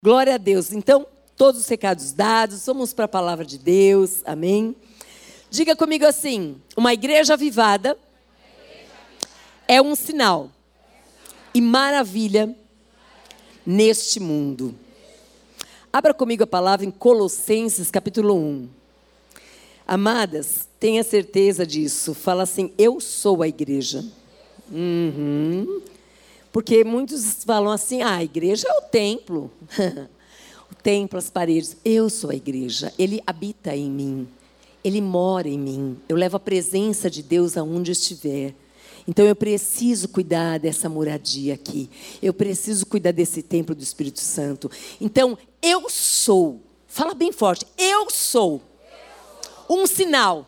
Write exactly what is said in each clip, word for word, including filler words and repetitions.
Glória a Deus. Então, todos os recados dados, vamos para a palavra de Deus. Amém? Diga comigo assim: uma igreja avivada é um sinal e maravilha neste mundo. Abra comigo a palavra em Colossenses capítulo um. Amadas, tenha certeza disso. Fala assim: eu sou a igreja. Uhum. Porque muitos falam assim: ah, a igreja é o templo. O templo, as paredes. Eu sou a igreja. Ele habita em mim. Ele mora em mim. Eu levo a presença de Deus aonde estiver. Então eu preciso cuidar dessa moradia aqui. Eu preciso cuidar desse templo do Espírito Santo. Então, eu sou. Fala bem forte. Eu sou um sinal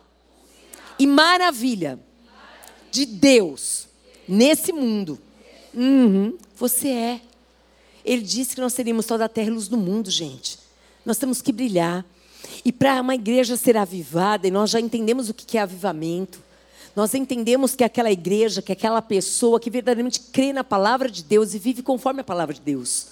e maravilha de Deus nesse mundo. Uhum, você é. Ele disse que nós seríamos toda a terra e luz do mundo, gente. Nós temos que brilhar. E para uma igreja ser avivada, e nós já entendemos o que é avivamento. Nós entendemos que aquela igreja, que aquela pessoa que verdadeiramente crê na palavra de Deus e vive conforme a palavra de Deus.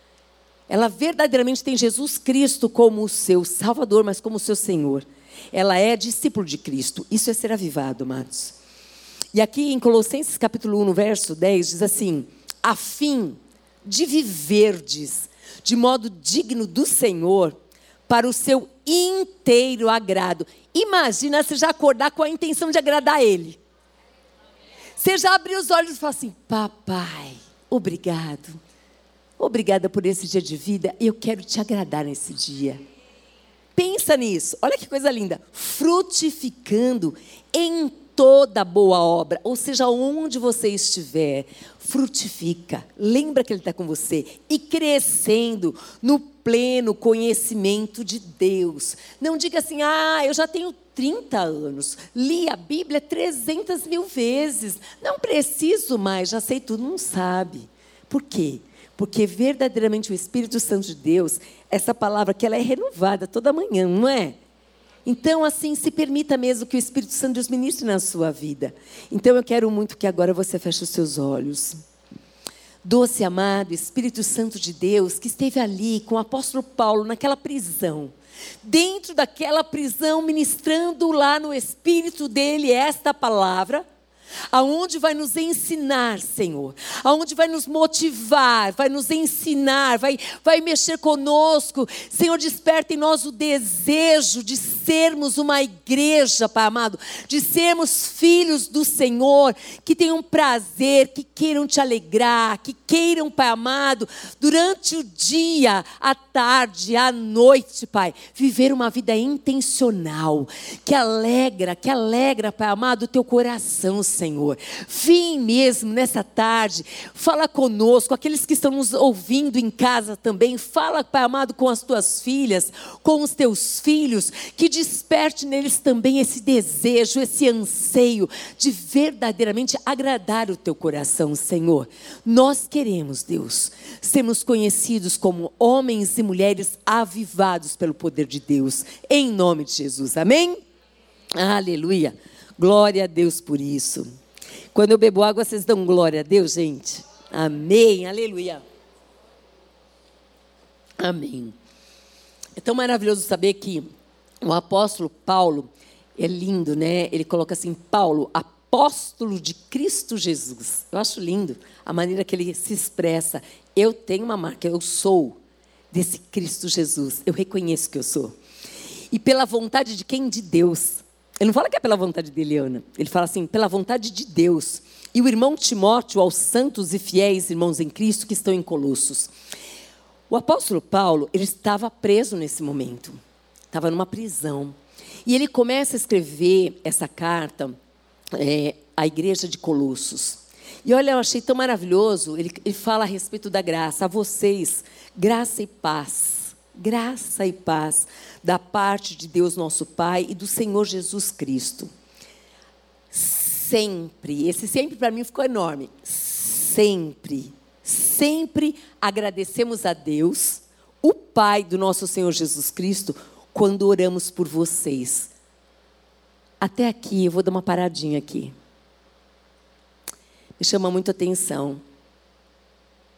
Ela verdadeiramente tem Jesus Cristo como o seu Salvador, mas como o seu Senhor. Ela é discípulo de Cristo. Isso é ser avivado, amados. E aqui em Colossenses capítulo um, no verso dez, diz assim: a fim de viverdes de modo digno do Senhor, para o seu inteiro agrado. Imagina você já acordar com a intenção de agradar a Ele. Você já abriu os olhos e fala assim: papai, obrigado. Obrigada por esse dia de vida. Eu quero te agradar nesse dia. Pensa nisso. Olha que coisa linda. Frutificando em toda boa obra, ou seja, onde você estiver, frutifica. Lembra que Ele está com você. E crescendo no pleno conhecimento de Deus. Não diga assim: ah, eu já tenho trinta anos, li a Bíblia trezentas mil vezes, não preciso mais, já sei tudo. Não sabe. Por quê? Porque verdadeiramente o Espírito Santo de Deus, essa palavra que ela é renovada toda manhã, não é? Então, assim, se permita mesmo que o Espírito Santo Deus ministre na sua vida. Então, eu quero muito que agora você feche os seus olhos. Doce amado Espírito Santo de Deus, que esteve ali com o apóstolo Paulo naquela prisão. Dentro daquela prisão, ministrando lá no Espírito dele esta palavra. Aonde vai nos ensinar, Senhor, aonde vai nos motivar, vai nos ensinar, vai, vai mexer conosco. Senhor, desperta em nós o desejo de sermos uma igreja, Pai amado, de sermos filhos do Senhor, que tenham prazer, que queiram te alegrar, que queiram, Pai amado, durante o dia, a tarde, a noite, Pai, viver uma vida intencional, que alegra, que alegra, Pai amado, o teu coração, Senhor. Senhor, vem mesmo nessa tarde, fala conosco, aqueles que estão nos ouvindo em casa também, fala, Pai amado, com as tuas filhas, com os teus filhos, que desperte neles também esse desejo, esse anseio de verdadeiramente agradar o teu coração, Senhor. Nós queremos, Deus, sermos conhecidos como homens e mulheres avivados pelo poder de Deus, em nome de Jesus, amém? Aleluia. Glória a Deus por isso. Quando eu bebo água, vocês dão glória a Deus, gente? Amém, aleluia. Amém. É tão maravilhoso saber que o apóstolo Paulo, é lindo, né? Ele coloca assim: Paulo, apóstolo de Cristo Jesus. Eu acho lindo a maneira que ele se expressa. Eu tenho uma marca, eu sou desse Cristo Jesus. Eu reconheço que eu sou. E pela vontade de quem? De Deus. Ele não fala que é pela vontade dele, Ana. Ele fala assim: pela vontade de Deus. E o irmão Timóteo aos santos e fiéis irmãos em Cristo que estão em Colossos. O apóstolo Paulo, ele estava preso nesse momento. Estava numa prisão. E ele começa a escrever essa carta é, à igreja de Colossos. E olha, eu achei tão maravilhoso. Ele, ele fala a respeito da graça. A vocês, graça e paz. Graça e paz da parte de Deus nosso Pai e do Senhor Jesus Cristo. Sempre, esse sempre para mim ficou enorme. Sempre, sempre agradecemos a Deus, o Pai do nosso Senhor Jesus Cristo, quando oramos por vocês. Até aqui, eu vou dar uma paradinha aqui. Me chama muito a atenção.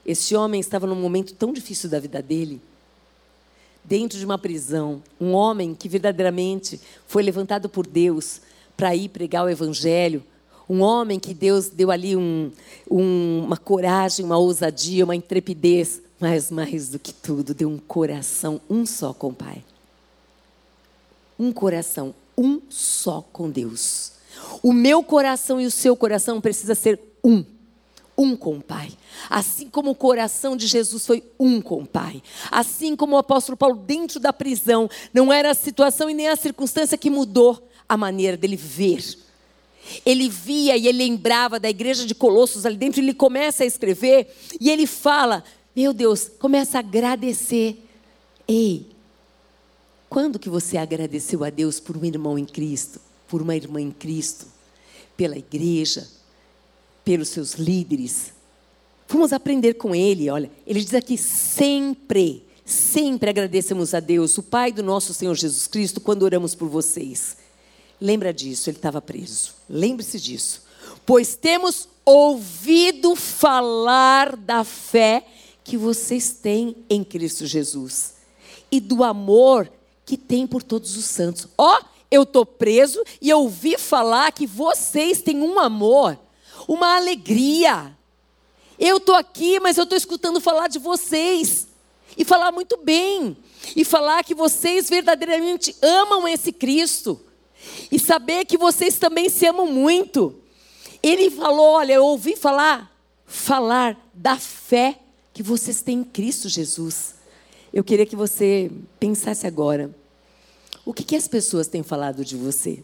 Esse homem estava num momento tão difícil da vida dele, dentro de uma prisão, um homem que verdadeiramente foi levantado por Deus para ir pregar o evangelho, um homem que Deus deu ali um, um, uma coragem, uma ousadia, uma intrepidez, mas mais do que tudo, deu um coração um só com o Pai. Um coração um só com Deus. O meu coração e o seu coração precisa ser um. Um com o Pai. Assim como o coração de Jesus foi um com o Pai. Assim como o apóstolo Paulo dentro da prisão, não era a situação e nem a circunstância que mudou a maneira dele ver. Ele via e ele lembrava da igreja de Colossos ali dentro, ele começa a escrever e ele fala, meu Deus, começa a agradecer. Ei, quando que você agradeceu a Deus por um irmão em Cristo, por uma irmã em Cristo, pela igreja, pelos seus líderes? Vamos aprender com ele, olha, ele diz aqui, sempre, sempre agradecemos a Deus, o Pai do nosso Senhor Jesus Cristo, quando oramos por vocês. Lembra disso, ele estava preso. Lembre-se disso. Pois temos ouvido falar da fé que vocês têm em Cristo Jesus. E do amor que tem por todos os santos. Ó, oh, eu estou preso e eu ouvi falar que vocês têm um amor, uma alegria. Eu estou aqui, mas eu estou escutando falar de vocês. E falar muito bem. E falar que vocês verdadeiramente amam esse Cristo. E saber que vocês também se amam muito. Ele falou, olha, eu ouvi falar, falar da fé que vocês têm em Cristo Jesus. Eu queria que você pensasse agora, o que, que as pessoas têm falado de você?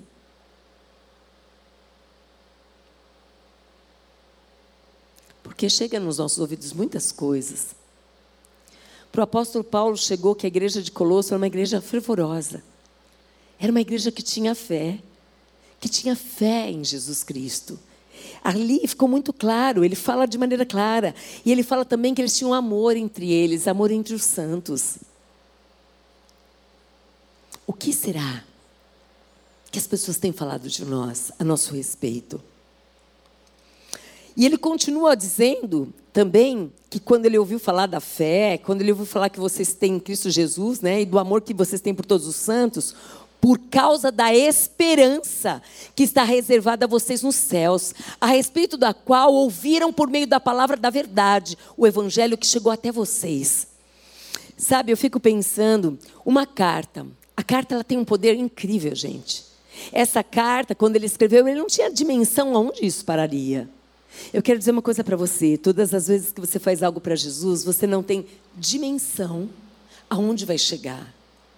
Porque chega nos nossos ouvidos muitas coisas. Para o apóstolo Paulo chegou que a igreja de Colosso era uma igreja fervorosa. Era uma igreja que tinha fé, que tinha fé em Jesus Cristo. Ali ficou muito claro, ele fala de maneira clara. E ele fala também que eles tinham amor entre eles, amor entre os santos. O que será que as pessoas têm falado de nós, a nosso respeito? E ele continua dizendo também que quando ele ouviu falar da fé, quando ele ouviu falar que vocês têm em Cristo Jesus, né, e do amor que vocês têm por todos os santos, por causa da esperança que está reservada a vocês nos céus, a respeito da qual ouviram por meio da palavra da verdade, o evangelho que chegou até vocês. Sabe, eu fico pensando, uma carta, a carta ela tem um poder incrível, gente. Essa carta, quando ele escreveu, ele não tinha dimensão aonde isso pararia. Eu quero dizer uma coisa para você, todas as vezes que você faz algo para Jesus, você não tem dimensão aonde vai chegar.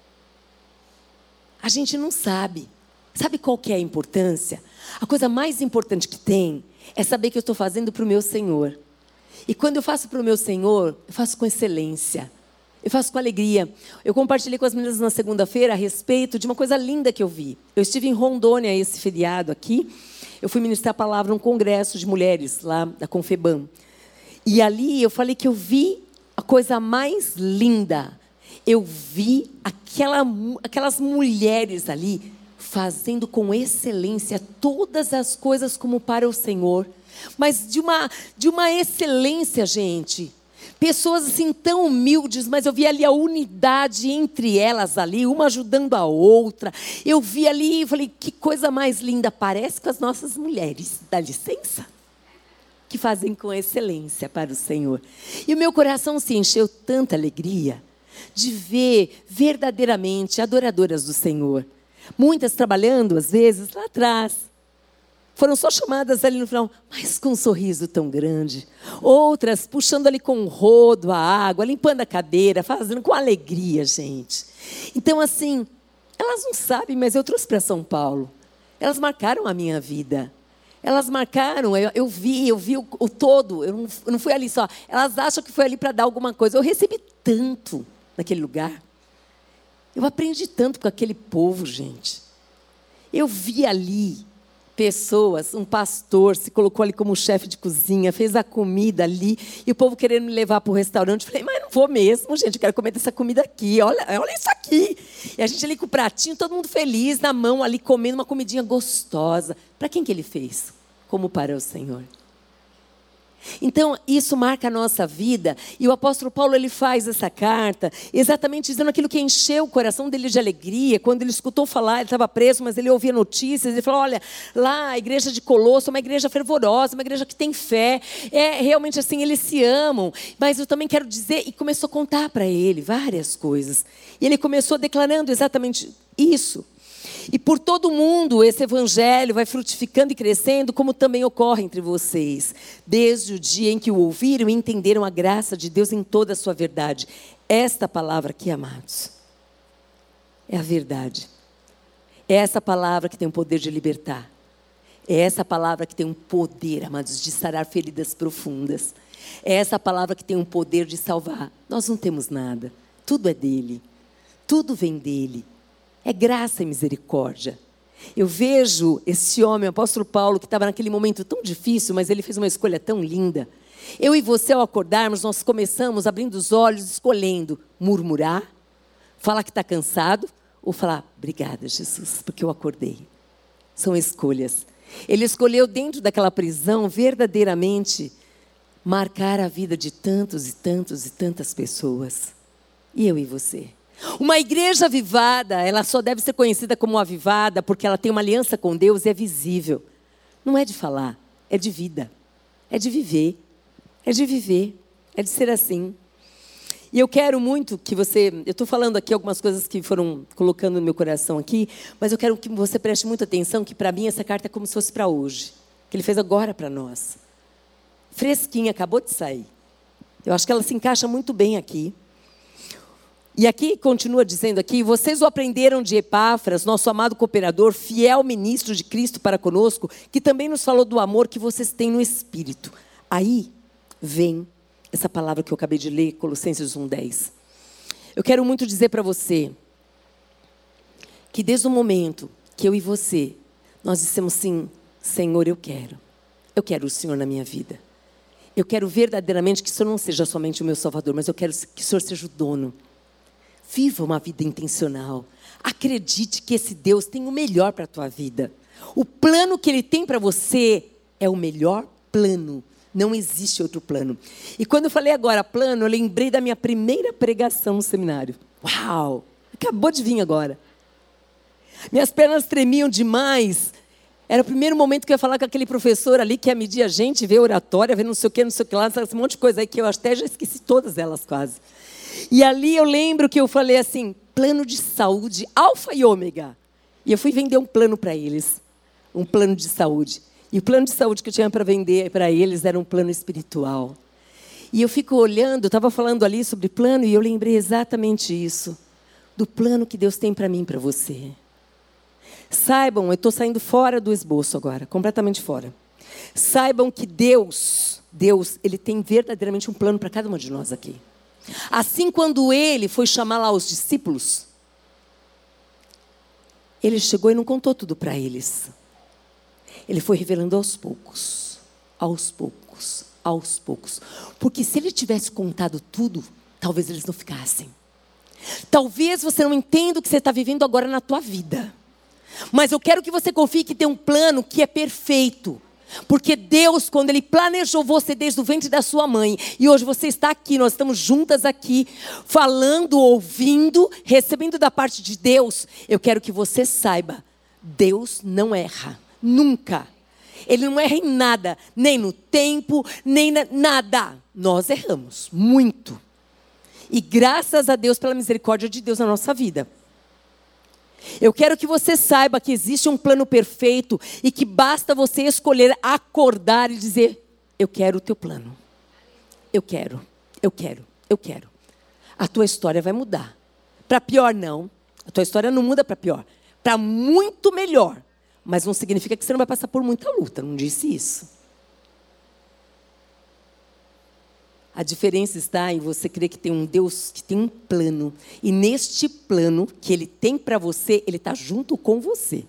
A gente não sabe. Sabe qual que é a importância? A coisa mais importante que tem é saber que eu estou fazendo para o meu Senhor. E quando eu faço para o meu Senhor, eu faço com excelência. Eu faço com alegria. Eu compartilhei com as meninas na segunda-feira a respeito de uma coisa linda que eu vi. Eu estive em Rondônia, esse feriado aqui. Eu fui ministrar a palavra num congresso de mulheres lá da Confebam. E ali eu falei que eu vi a coisa mais linda. Eu vi aquela, aquelas mulheres ali fazendo com excelência todas as coisas como para o Senhor. Mas de uma, de uma excelência, gente. Pessoas assim tão humildes, mas eu vi ali a unidade entre elas ali, uma ajudando a outra. Eu vi ali e falei, que coisa mais linda. Parece com as nossas mulheres, dá licença? Que fazem com excelência para o Senhor. E o meu coração se encheu tanta alegria de ver verdadeiramente adoradoras do Senhor. Muitas trabalhando, às vezes, lá atrás. Foram só chamadas ali no final, mas com um sorriso tão grande. Outras puxando ali com um rodo a água, limpando a cadeira, fazendo com alegria, gente. Então, assim, elas não sabem, mas eu trouxe para São Paulo. Elas marcaram a minha vida. Elas marcaram, eu, eu vi, eu vi o, o todo. Eu não, eu não fui ali só. Elas acham que foi ali para dar alguma coisa. Eu recebi tanto naquele lugar. Eu aprendi tanto com aquele povo, gente. Eu vi ali pessoas, um pastor se colocou ali como chefe de cozinha, fez a comida ali, e o povo querendo me levar para o restaurante. Eu falei, mas não vou mesmo, gente, eu quero comer dessa comida aqui, olha, olha isso aqui. E a gente ali com o pratinho, todo mundo feliz, na mão ali, comendo uma comidinha gostosa. Para quem que ele fez? Como para o Senhor. Então, isso marca a nossa vida. E o apóstolo Paulo, ele faz essa carta exatamente dizendo aquilo que encheu o coração dele de alegria. Quando ele escutou falar, ele estava preso, mas ele ouvia notícias. Ele falou, olha, lá a igreja de Colosso é uma igreja fervorosa, uma igreja que tem fé. É realmente assim, eles se amam. Mas eu também quero dizer, e começou a contar para ele várias coisas. E ele começou declarando exatamente isso. E por todo mundo esse evangelho vai frutificando e crescendo, como também ocorre entre vocês, desde o dia em que o ouviram e entenderam a graça de Deus em toda a sua verdade. Esta palavra aqui, amados, é a verdade. É essa palavra que tem o poder de libertar. É essa palavra que tem um poder, amados, de sarar feridas profundas. É essa palavra que tem um poder de salvar. Nós não temos nada. Tudo é dele. Tudo vem dele. É graça e misericórdia. Eu vejo esse homem, o apóstolo Paulo, que estava naquele momento tão difícil, mas ele fez uma escolha tão linda. Eu e você, ao acordarmos, nós começamos abrindo os olhos, escolhendo murmurar, falar que está cansado, ou falar, obrigada, Jesus, porque eu acordei. São escolhas. Ele escolheu, dentro daquela prisão, verdadeiramente marcar a vida de tantos e tantos e tantas pessoas. E eu e você? Uma igreja avivada, ela só deve ser conhecida como avivada porque ela tem uma aliança com Deus e é visível. Não é de falar, é de vida. É de viver. É de viver. É de ser assim. E eu quero muito que você... Eu estou falando aqui algumas coisas que foram colocando no meu coração aqui, mas eu quero que você preste muita atenção, que para mim essa carta é como se fosse para hoje. Que ele fez agora para nós. Fresquinha, acabou de sair. Eu acho que ela se encaixa muito bem aqui. E aqui, continua dizendo aqui, vocês o aprenderam de Epáfras, nosso amado cooperador, fiel ministro de Cristo para conosco, que também nos falou do amor que vocês têm no Espírito. Aí vem essa palavra que eu acabei de ler, Colossenses um, dez. Eu quero muito dizer para você, que desde o momento que eu e você, nós dissemos sim, Senhor, eu quero. Eu quero o Senhor na minha vida. Eu quero verdadeiramente que o Senhor não seja somente o meu Salvador, mas eu quero que o Senhor seja o dono. Viva uma vida intencional. Acredite que esse Deus tem o melhor para a tua vida. O plano que Ele tem para você é o melhor plano. Não existe outro plano. E quando eu falei agora plano, eu lembrei da minha primeira pregação no seminário. Uau! Acabou de vir agora. Minhas pernas tremiam demais. Era o primeiro momento que eu ia falar com aquele professor ali que ia medir a gente, ver oratória, ver não sei o que, não sei o que lá, um monte de coisa aí que eu até já esqueci todas elas quase. E ali eu lembro que eu falei assim, plano de saúde, alfa e ômega. E eu fui vender um plano para eles, um plano de saúde. E o plano de saúde que eu tinha para vender para eles era um plano espiritual. E eu fico olhando, eu estava falando ali sobre plano e eu lembrei exatamente isso. Do plano que Deus tem para mim e para você. Saibam, eu estou saindo fora do esboço agora, completamente fora. Saibam que Deus, Deus, Ele tem verdadeiramente um plano para cada um de nós aqui. Assim, quando Ele foi chamar lá os discípulos, Ele chegou e não contou tudo para eles. Ele foi revelando aos poucos, aos poucos, aos poucos. Porque se Ele tivesse contado tudo, talvez eles não ficassem. Talvez você não entenda o que você está vivendo agora na tua vida. Mas eu quero que você confie que tem um plano que é perfeito. Porque Deus, quando Ele planejou você desde o ventre da sua mãe, e hoje você está aqui, nós estamos juntas aqui, falando, ouvindo, recebendo da parte de Deus, eu quero que você saiba, Deus não erra, nunca. Ele não erra em nada, nem no tempo, nem na, nada. Nós erramos, muito. E graças a Deus pela misericórdia de Deus na nossa vida. Eu quero que você saiba que existe um plano perfeito e que basta você escolher acordar e dizer, eu quero o teu plano. Eu quero, eu quero, eu quero. A tua história vai mudar. Para pior não. A tua história não muda para pior. Para muito melhor. Mas não significa que você não vai passar por muita luta. Não disse isso. A diferença está em você crer que tem um Deus que tem um plano. E neste plano que Ele tem para você, Ele está junto com você.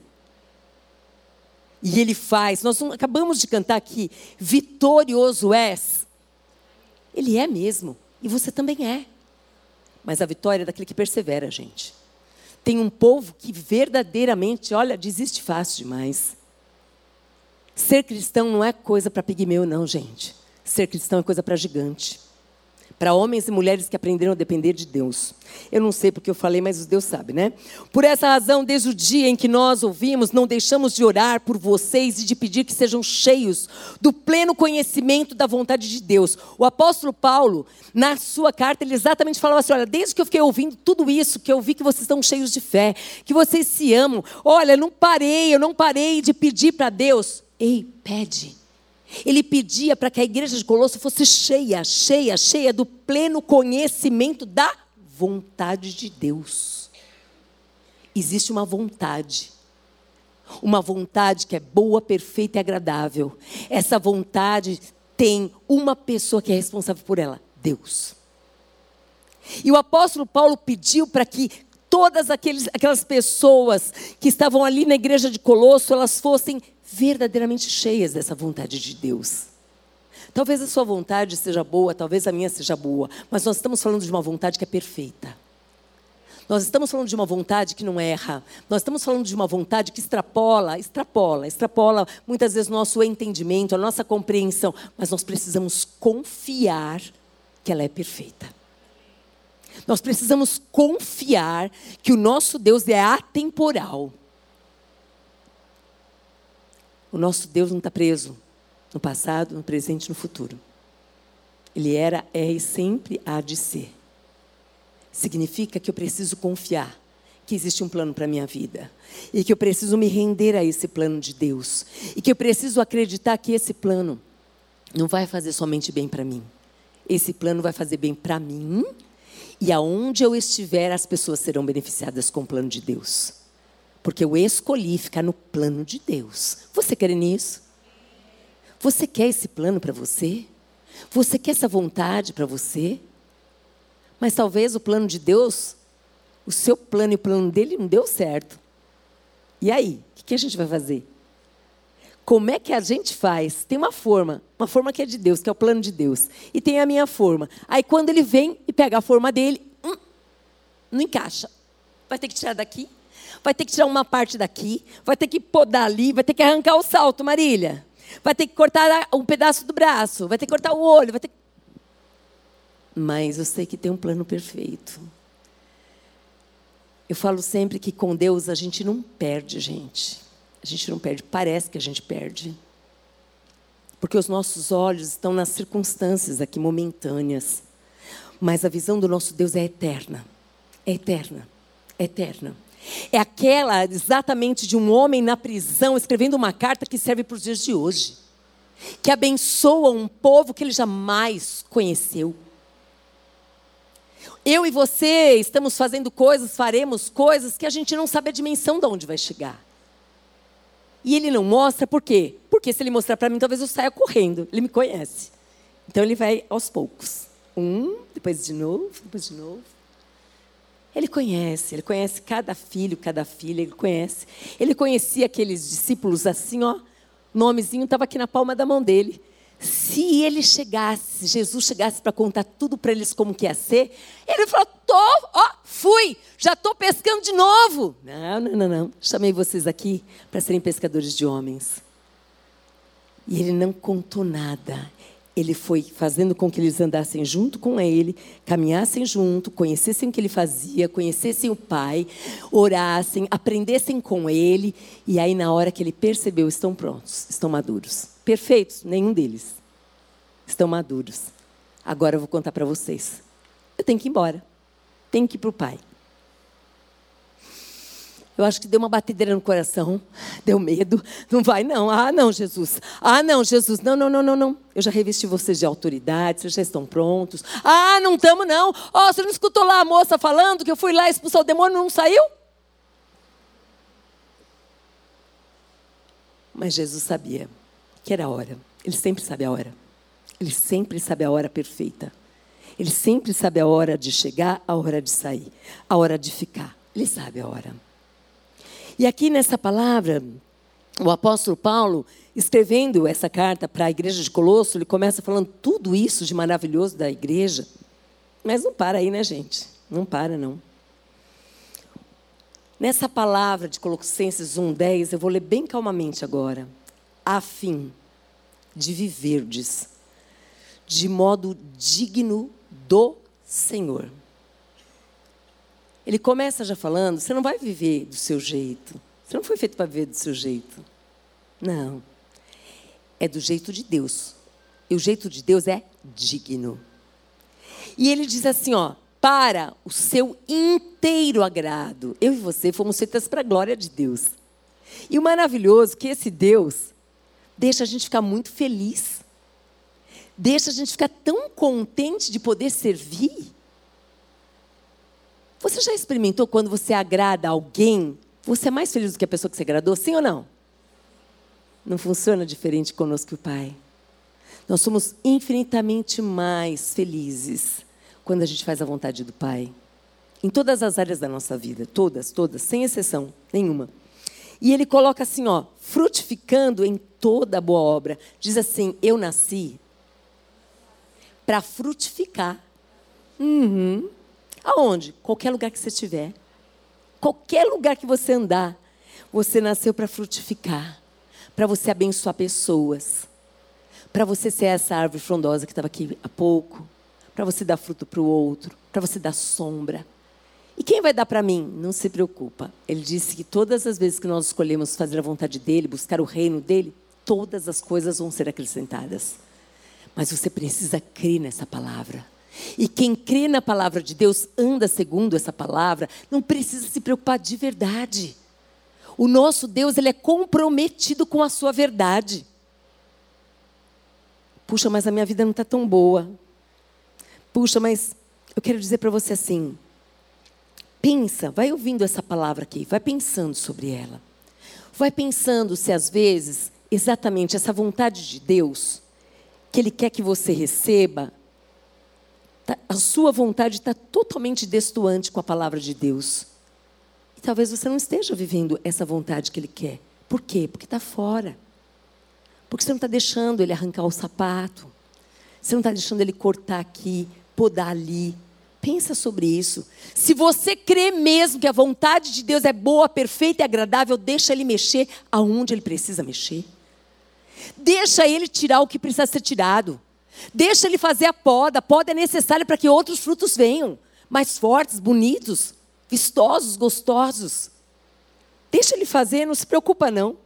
E Ele faz. Nós acabamos de cantar aqui, vitorioso és. Ele é mesmo. E você também é. Mas a vitória é daquele que persevera, gente. Tem um povo que verdadeiramente, olha, desiste fácil demais. Ser cristão não é coisa para pigmeu, não, gente. Ser cristão é coisa para gigante. Para homens e mulheres que aprenderam a depender de Deus. Eu não sei porque eu falei, mas Deus sabe, né? Por essa razão, desde o dia em que nós ouvimos, não deixamos de orar por vocês e de pedir que sejam cheios do pleno conhecimento da vontade de Deus. O apóstolo Paulo, na sua carta, ele exatamente falava assim, olha, desde que eu fiquei ouvindo tudo isso, que eu vi que vocês estão cheios de fé, que vocês se amam, olha, eu não parei, eu não parei de pedir para Deus. Ei, pede. Ele pedia para que a igreja de Colosso fosse cheia, cheia, cheia do pleno conhecimento da vontade de Deus. Existe uma vontade, uma vontade que é boa, perfeita e agradável. Essa vontade tem uma pessoa que é responsável por ela, Deus. E o apóstolo Paulo pediu para que todas aqueles, aquelas pessoas que estavam ali na igreja de Colosso, elas fossem verdadeiramente cheias dessa vontade de Deus. Talvez a sua vontade seja boa, talvez a minha seja boa, mas nós estamos falando de uma vontade que é perfeita. Nós estamos falando de uma vontade que não erra. Nós estamos falando de uma vontade que extrapola, extrapola, extrapola muitas vezes o nosso entendimento, a nossa compreensão, mas nós precisamos confiar que ela é perfeita. Nós precisamos confiar que o nosso Deus é atemporal. O nosso Deus não está preso no passado, no presente e no futuro. Ele era, é e sempre há de ser. Significa que eu preciso confiar que existe um plano para a minha vida. E que eu preciso me render a esse plano de Deus. E que eu preciso acreditar que esse plano não vai fazer somente bem para mim. Esse plano vai fazer bem para mim. E aonde eu estiver, as pessoas serão beneficiadas com o plano de Deus. Porque eu escolhi ficar no plano de Deus. Você quer nisso? Você quer esse plano para você? Você quer essa vontade para você? Mas talvez o plano de Deus, o seu plano e o plano dele não deu certo. E aí? O que a gente vai fazer? Como é que a gente faz? Tem uma forma, uma forma que é de Deus, que é o plano de Deus. E tem a minha forma. Aí quando ele vem e pega a forma dele, hum, não encaixa. Vai ter que tirar daqui. Vai ter que tirar uma parte daqui, vai ter que podar ali, vai ter que arrancar o salto, Marília. Vai ter que cortar um pedaço do braço, vai ter que cortar o olho, vai ter que... Mas eu sei que tem um plano perfeito. Eu falo sempre que com Deus a gente não perde, gente. A gente não perde, parece que a gente perde. Porque os nossos olhos estão nas circunstâncias aqui momentâneas. Mas a visão do nosso Deus é eterna. É eterna, é eterna. É aquela exatamente de um homem na prisão escrevendo uma carta que serve para os dias de hoje. Que abençoa um povo que ele jamais conheceu. Eu e você estamos fazendo coisas, faremos coisas que a gente não sabe a dimensão de onde vai chegar. E ele não mostra por quê? Porque se ele mostrar para mim, talvez eu saia correndo. Ele me conhece. Então ele vai aos poucos. Um, depois de novo, depois de novo. Ele conhece, ele conhece cada filho, cada filha, ele conhece. Ele conhecia aqueles discípulos assim, ó, o nomezinho estava aqui na palma da mão dele. Se ele chegasse, Jesus chegasse para contar tudo para eles como que ia ser, ele falou, tô, ó, fui, já estou pescando de novo. Não, não, não, não, chamei vocês aqui para serem pescadores de homens. E ele não contou nada. Ele foi fazendo com que eles andassem junto com ele, caminhassem junto, conhecessem o que ele fazia, conhecessem o Pai, orassem, aprendessem com ele. E aí, na hora que ele percebeu, estão prontos, estão maduros. Perfeitos? Nenhum deles. Estão maduros. Agora eu vou contar para vocês. Eu tenho que ir embora. Tenho que ir para o Pai. Eu acho que deu uma batedeira no coração, deu medo. Não vai, não. Ah, não, Jesus. Ah, não, Jesus. Não, não, não, não, não. Eu já revesti vocês de autoridade, vocês já estão prontos. Ah, não estamos, não. Ó, oh, você não escutou lá a moça falando que eu fui lá expulsar o demônio e não saiu? Mas Jesus sabia que era a hora. Ele sempre sabe a hora. Ele sempre sabe a hora perfeita. Ele sempre sabe a hora de chegar, a hora de sair, a hora de ficar. Ele sabe a hora. E aqui nessa palavra, o apóstolo Paulo, escrevendo essa carta para a igreja de Colosso, ele começa falando tudo isso de maravilhoso da igreja. Mas não para aí, né, gente? Não para, não. Nessa palavra de Colossenses um, dez, eu vou ler bem calmamente agora. A fim de viverdes de modo digno do Senhor. Ele começa já falando, você não vai viver do seu jeito. Você não foi feito para viver do seu jeito. Não. É do jeito de Deus. E o jeito de Deus é digno. E ele diz assim, ó, para o seu inteiro agrado. Eu e você fomos feitas para a glória de Deus. E o maravilhoso é que esse Deus deixa a gente ficar muito feliz. Deixa a gente ficar tão contente de poder servir. Você já experimentou quando você agrada alguém, você é mais feliz do que a pessoa que você agradou, sim ou não? Não funciona diferente conosco que o Pai. Nós somos infinitamente mais felizes quando a gente faz a vontade do Pai. Em todas as áreas da nossa vida, todas, todas, sem exceção nenhuma. E ele coloca assim, ó, frutificando em toda boa obra. Diz assim, eu nasci para frutificar. Uhum. Aonde? Qualquer lugar que você estiver. Qualquer lugar que você andar. Você nasceu para frutificar. Para você abençoar pessoas. Para você ser essa árvore frondosa que estava aqui há pouco. Para você dar fruto para o outro. Para você dar sombra. E quem vai dar para mim? Não se preocupa. Ele disse que todas as vezes que nós escolhemos fazer a vontade dele, buscar o reino dele, todas as coisas vão ser acrescentadas. Mas você precisa crer nessa palavra. E quem crê na palavra de Deus, anda segundo essa palavra, não precisa se preocupar de verdade. O nosso Deus, ele é comprometido com a sua verdade. Puxa, mas a minha vida não está tão boa. Puxa, mas eu quero dizer para você assim, pensa, vai ouvindo essa palavra aqui, vai pensando sobre ela. Vai pensando se às vezes, exatamente essa vontade de Deus, que Ele quer que você receba, tá, a sua vontade está totalmente destoante com a palavra de Deus. E talvez você não esteja vivendo essa vontade que Ele quer. Por quê? Porque está fora. Porque você não está deixando Ele arrancar o sapato. Você não está deixando Ele cortar aqui, podar ali. Pensa sobre isso. Se você crê mesmo que a vontade de Deus é boa, perfeita e agradável, deixa Ele mexer aonde Ele precisa mexer. Deixa Ele tirar o que precisa ser tirado. Deixa Ele fazer a poda. A poda é necessária para que outros frutos venham. Mais fortes, bonitos, vistosos, gostosos. Deixa Ele fazer, não se preocupa não.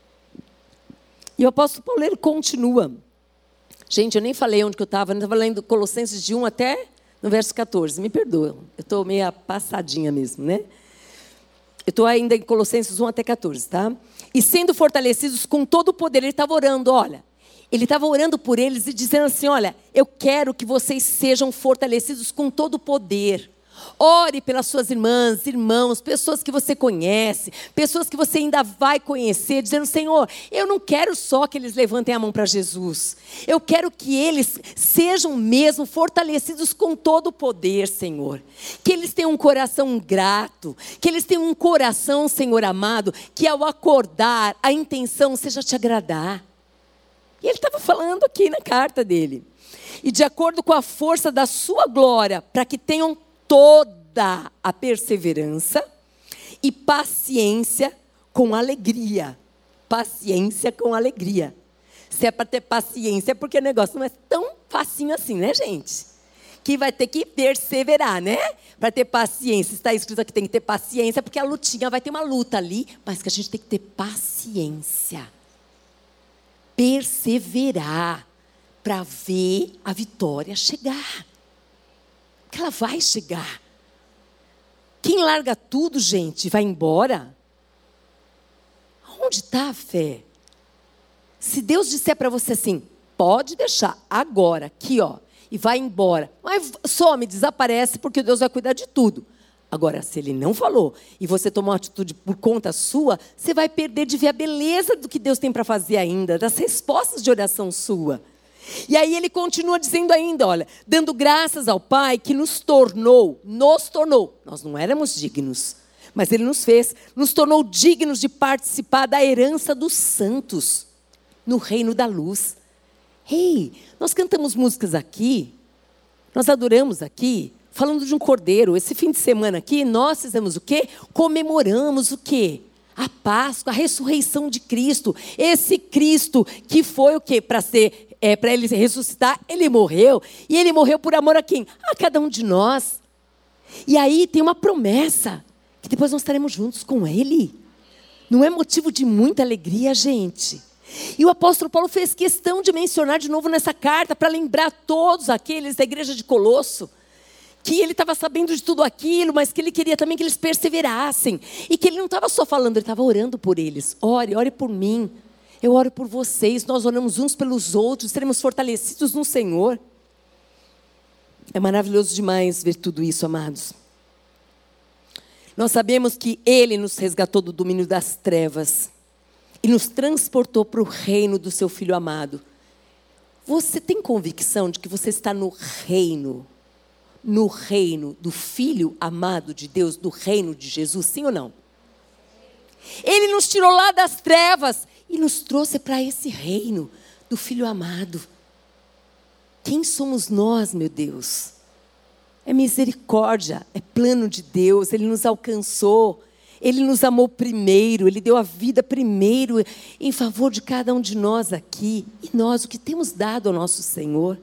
E o apóstolo Paulo, ele continua. Gente, eu nem falei onde que eu estava. Eu estava lendo Colossenses de um até no verso catorze. Me perdoa, eu estou meio passadinha mesmo, né? Eu estou ainda em Colossenses um até catorze, tá? E sendo fortalecidos com todo o poder, ele estava orando, olha. Ele estava orando por eles e dizendo assim, olha, eu quero que vocês sejam fortalecidos com todo o poder. Ore pelas suas irmãs, irmãos, pessoas que você conhece, pessoas que você ainda vai conhecer, dizendo, Senhor, eu não quero só que eles levantem a mão para Jesus. Eu quero que eles sejam mesmo fortalecidos com todo o poder, Senhor. Que eles tenham um coração grato, que eles tenham um coração, Senhor amado, que ao acordar, a intenção seja te agradar. E ele estava falando aqui na carta dele. E de acordo com a força da sua glória, para que tenham toda a perseverança e paciência com alegria. Paciência com alegria. Se é para ter paciência, é porque o negócio não é tão facinho assim, né, gente? Que vai ter que perseverar, né? Para ter paciência. Está escrito aqui que tem que ter paciência, porque a lutinha vai ter uma luta ali, mas que a gente tem que ter paciência. Perseverar para ver a vitória chegar. Que ela vai chegar. Quem larga tudo, gente, vai embora? Onde está a fé? Se Deus disser para você assim, pode deixar agora, aqui ó, e vai embora. Mas some, desaparece, porque Deus vai cuidar de tudo. Agora, se Ele não falou, e você tomou uma atitude por conta sua, você vai perder de ver a beleza do que Deus tem para fazer ainda, das respostas de oração sua. E aí ele continua dizendo ainda, olha, dando graças ao Pai que nos tornou, nos tornou, nós não éramos dignos, mas Ele nos fez, nos tornou dignos de participar da herança dos santos, no reino da luz. Ei, nós cantamos músicas aqui, nós adoramos aqui, falando de um cordeiro. Esse fim de semana aqui, nós fizemos o quê? Comemoramos o quê? A Páscoa, a ressurreição de Cristo. Esse Cristo que foi o quê? Para ser é, para ele ressuscitar, ele morreu. E ele morreu por amor a quem? A cada um de nós. E aí tem uma promessa, que depois nós estaremos juntos com ele. Não é motivo de muita alegria, gente? E o apóstolo Paulo fez questão de mencionar de novo nessa carta, para lembrar todos aqueles da igreja de Colosso, que ele estava sabendo de tudo aquilo, mas que ele queria também que eles perseverassem. E que ele não estava só falando, ele estava orando por eles. Ore, ore por mim. Eu oro por vocês. Nós oramos uns pelos outros, seremos fortalecidos no Senhor. É maravilhoso demais ver tudo isso, amados. Nós sabemos que Ele nos resgatou do domínio das trevas e nos transportou para o reino do seu Filho amado. Você tem convicção de que você está no reino, no reino do Filho amado de Deus, do reino de Jesus, sim ou não? Ele nos tirou lá das trevas e nos trouxe para esse reino do Filho amado. Quem somos nós, meu Deus? É misericórdia, é plano de Deus. Ele nos alcançou, Ele nos amou primeiro, Ele deu a vida primeiro em favor de cada um de nós aqui. E nós, o que temos dado ao nosso Senhor?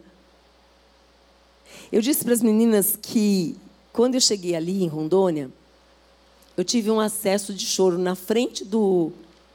Eu disse para as meninas que, quando eu cheguei ali em Rondônia, eu tive um acesso de choro na frente do,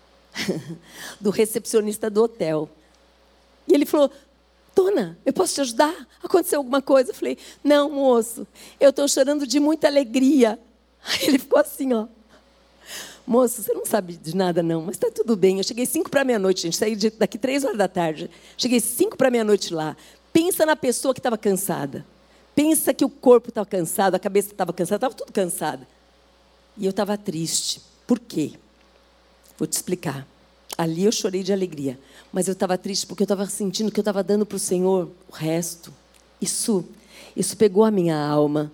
do recepcionista do hotel. E ele falou: dona, eu posso te ajudar? Aconteceu alguma coisa? Eu falei: não, moço, eu estou chorando de muita alegria. Aí ele ficou assim, ó. Moço, você não sabe de nada não, mas está tudo bem. Eu cheguei cinco para meia-noite, gente, saí daqui três horas da tarde. Cheguei cinco para meia-noite lá. Pensa na pessoa que estava cansada. Pensa que o corpo estava cansado, a cabeça estava cansada, estava tudo cansada. E eu estava triste. Por quê? Vou te explicar. Ali eu chorei de alegria, mas eu estava triste porque eu estava sentindo que eu estava dando para o Senhor o resto. Isso, isso pegou a minha alma.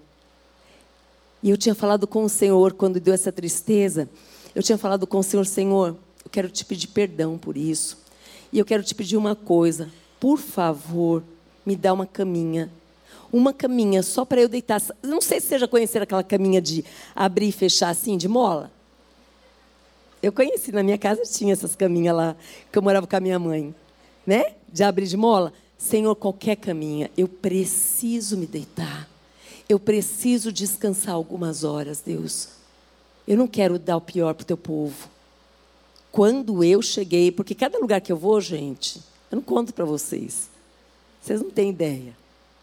E eu tinha falado com o Senhor, quando deu essa tristeza, eu tinha falado com o Senhor: Senhor, eu quero te pedir perdão por isso. E eu quero te pedir uma coisa, por favor, me dá uma caminha. Uma caminha só para eu deitar. Não sei se você já conheceu aquela caminha de abrir e fechar assim, de mola. Eu conheci, na minha casa tinha essas caminhas lá, que eu morava com a minha mãe, né? De abrir de mola. Senhor, qualquer caminha, eu preciso me deitar. Eu preciso descansar algumas horas, Deus. Eu não quero dar o pior para o teu povo. Quando eu cheguei, porque cada lugar que eu vou, gente, eu não conto para vocês. Vocês não têm ideia.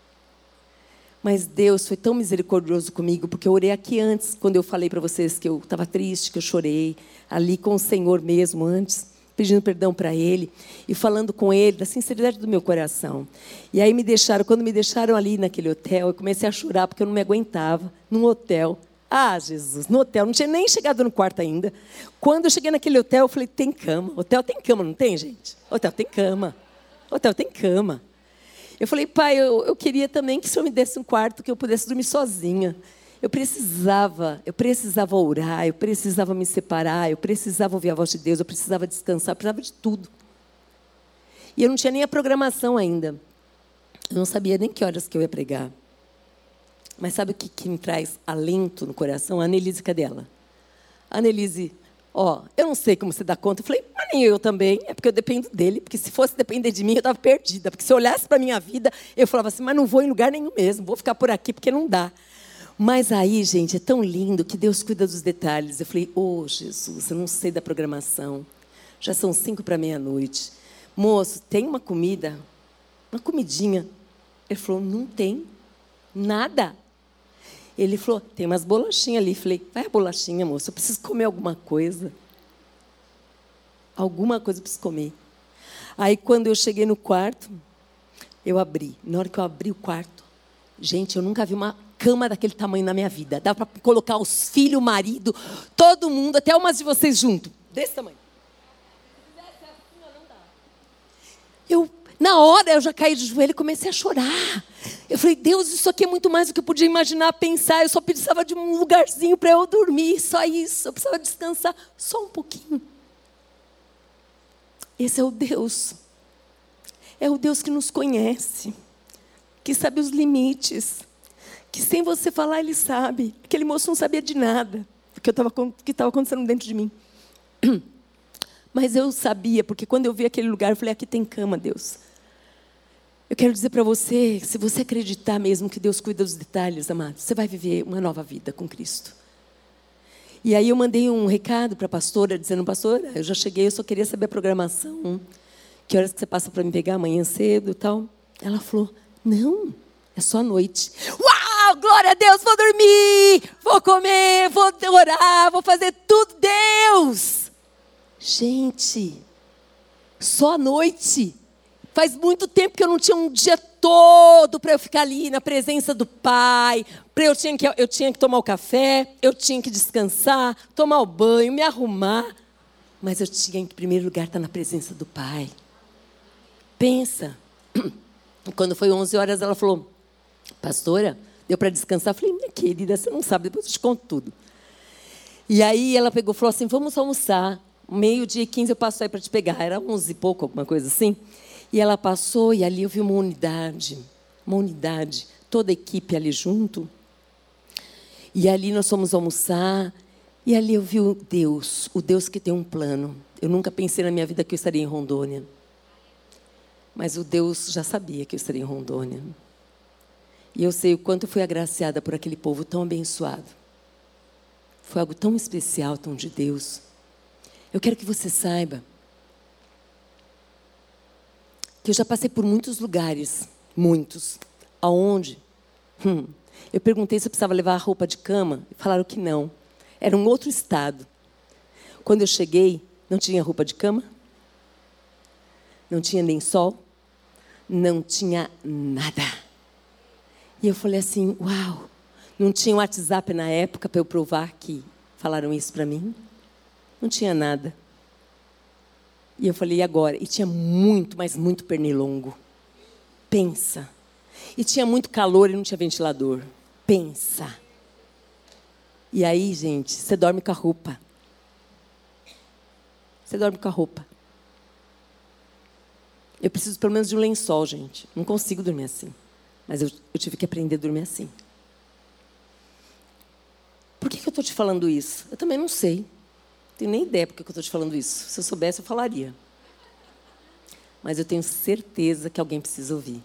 Mas Deus foi tão misericordioso comigo, porque eu orei aqui antes, quando eu falei para vocês que eu estava triste, que eu chorei, ali com o Senhor mesmo antes, pedindo perdão para Ele, e falando com Ele da sinceridade do meu coração. E aí me deixaram, quando me deixaram ali naquele hotel, eu comecei a chorar, porque eu não me aguentava, num hotel. Ah, Jesus, no hotel, não tinha nem chegado no quarto ainda. Quando eu cheguei naquele hotel, eu falei: tem cama. Hotel tem cama, não tem, gente? Hotel tem cama. Hotel tem cama. Eu falei: pai, eu, eu queria também que o Senhor me desse um quarto que eu pudesse dormir sozinha. Eu precisava, eu precisava orar, eu precisava me separar, eu precisava ouvir a voz de Deus, eu precisava descansar, eu precisava de tudo. E eu não tinha nem a programação ainda. Eu não sabia nem que horas que eu ia pregar. Mas sabe o que, que me traz alento no coração? A Annelise, cadê ela? A Annelise, ó, eu não sei como você dá conta. Eu falei: mas nem eu também, é porque eu dependo dele. Porque se fosse depender de mim, eu estava perdida. Porque se eu olhasse para a minha vida, eu falava assim: mas não vou em lugar nenhum mesmo, vou ficar por aqui porque não dá. Mas aí, gente, é tão lindo que Deus cuida dos detalhes. Eu falei: ô, Jesus, eu não sei da programação. Já são cinco para meia-noite. Moço, tem uma comida? Uma comidinha. Ele falou: não tem nada. Ele falou: tem umas bolachinhas ali. Eu falei: vai a bolachinha, moço, eu preciso comer alguma coisa. Alguma coisa eu preciso comer. Aí, quando eu cheguei no quarto, eu abri. Na hora que eu abri o quarto, gente, eu nunca vi uma cama daquele tamanho na minha vida. Dá para colocar os filhos, o marido, todo mundo, até umas de vocês junto. Desse tamanho. Eu, na hora, eu já caí de joelho e comecei a chorar. Eu falei: Deus, isso aqui é muito mais do que eu podia imaginar, pensar. Eu só precisava de um lugarzinho para eu dormir, só isso. Eu precisava descansar só um pouquinho. Esse é o Deus. É o Deus que nos conhece, que sabe os limites, que sem você falar Ele sabe. Aquele moço não sabia de nada do que estava acontecendo dentro de mim. Mas eu sabia, porque quando eu vi aquele lugar, eu falei: aqui tem cama, Deus. Eu quero dizer para você, se você acreditar mesmo que Deus cuida dos detalhes, amado, você vai viver uma nova vida com Cristo. E aí eu mandei um recado para a pastora, dizendo, pastora, eu já cheguei, eu só queria saber a programação. Que horas que você passa para me pegar amanhã cedo e tal? Ela falou, não, é só à noite. Uau, glória a Deus, vou dormir, vou comer, vou orar, vou fazer tudo, Deus. Gente, só à noite. Faz muito tempo que eu não tinha um dia todo para eu ficar ali na presença do Pai. Pra eu, tinha que, eu tinha que tomar o café, eu tinha que descansar, tomar o banho, me arrumar. Mas eu tinha, em primeiro lugar, estar na presença do Pai. Pensa. Quando foi onze horas, ela falou, pastora, deu para descansar? Eu falei, minha querida, você não sabe, depois eu te conto tudo. E aí ela pegou e falou assim, vamos almoçar. Meio-dia e quinze eu passo aí para te pegar. Era onze e pouco, alguma coisa assim. E ela passou e ali eu vi uma unidade, uma unidade, toda a equipe ali junto. E ali nós fomos almoçar, e ali eu vi o Deus, o Deus que tem um plano. Eu nunca pensei na minha vida que eu estaria em Rondônia. Mas o Deus já sabia que eu estaria em Rondônia. E eu sei o quanto eu fui agraciada por aquele povo tão abençoado. Foi algo tão especial, tão de Deus. Eu quero que você saiba que eu já passei por muitos lugares, muitos, aonde hum, eu perguntei se eu precisava levar a roupa de cama, e falaram que não, era um outro estado. Quando eu cheguei, não tinha roupa de cama, não tinha lençol, não tinha nada. E eu falei assim, uau, não tinha WhatsApp na época para eu provar que falaram isso para mim, não tinha nada. E eu falei, e agora? E tinha muito, mas muito pernilongo. Pensa. E tinha muito calor e não tinha ventilador. Pensa. E aí, gente, você dorme com a roupa. Você dorme com a roupa. Eu preciso pelo menos de um lençol, gente. Não consigo dormir assim. Mas eu, eu tive que aprender a dormir assim. Por que, que eu estou te falando isso? Eu também não sei. Não tenho nem ideia por que eu estou te falando isso. Se eu soubesse, eu falaria. Mas eu tenho certeza que alguém precisa ouvir.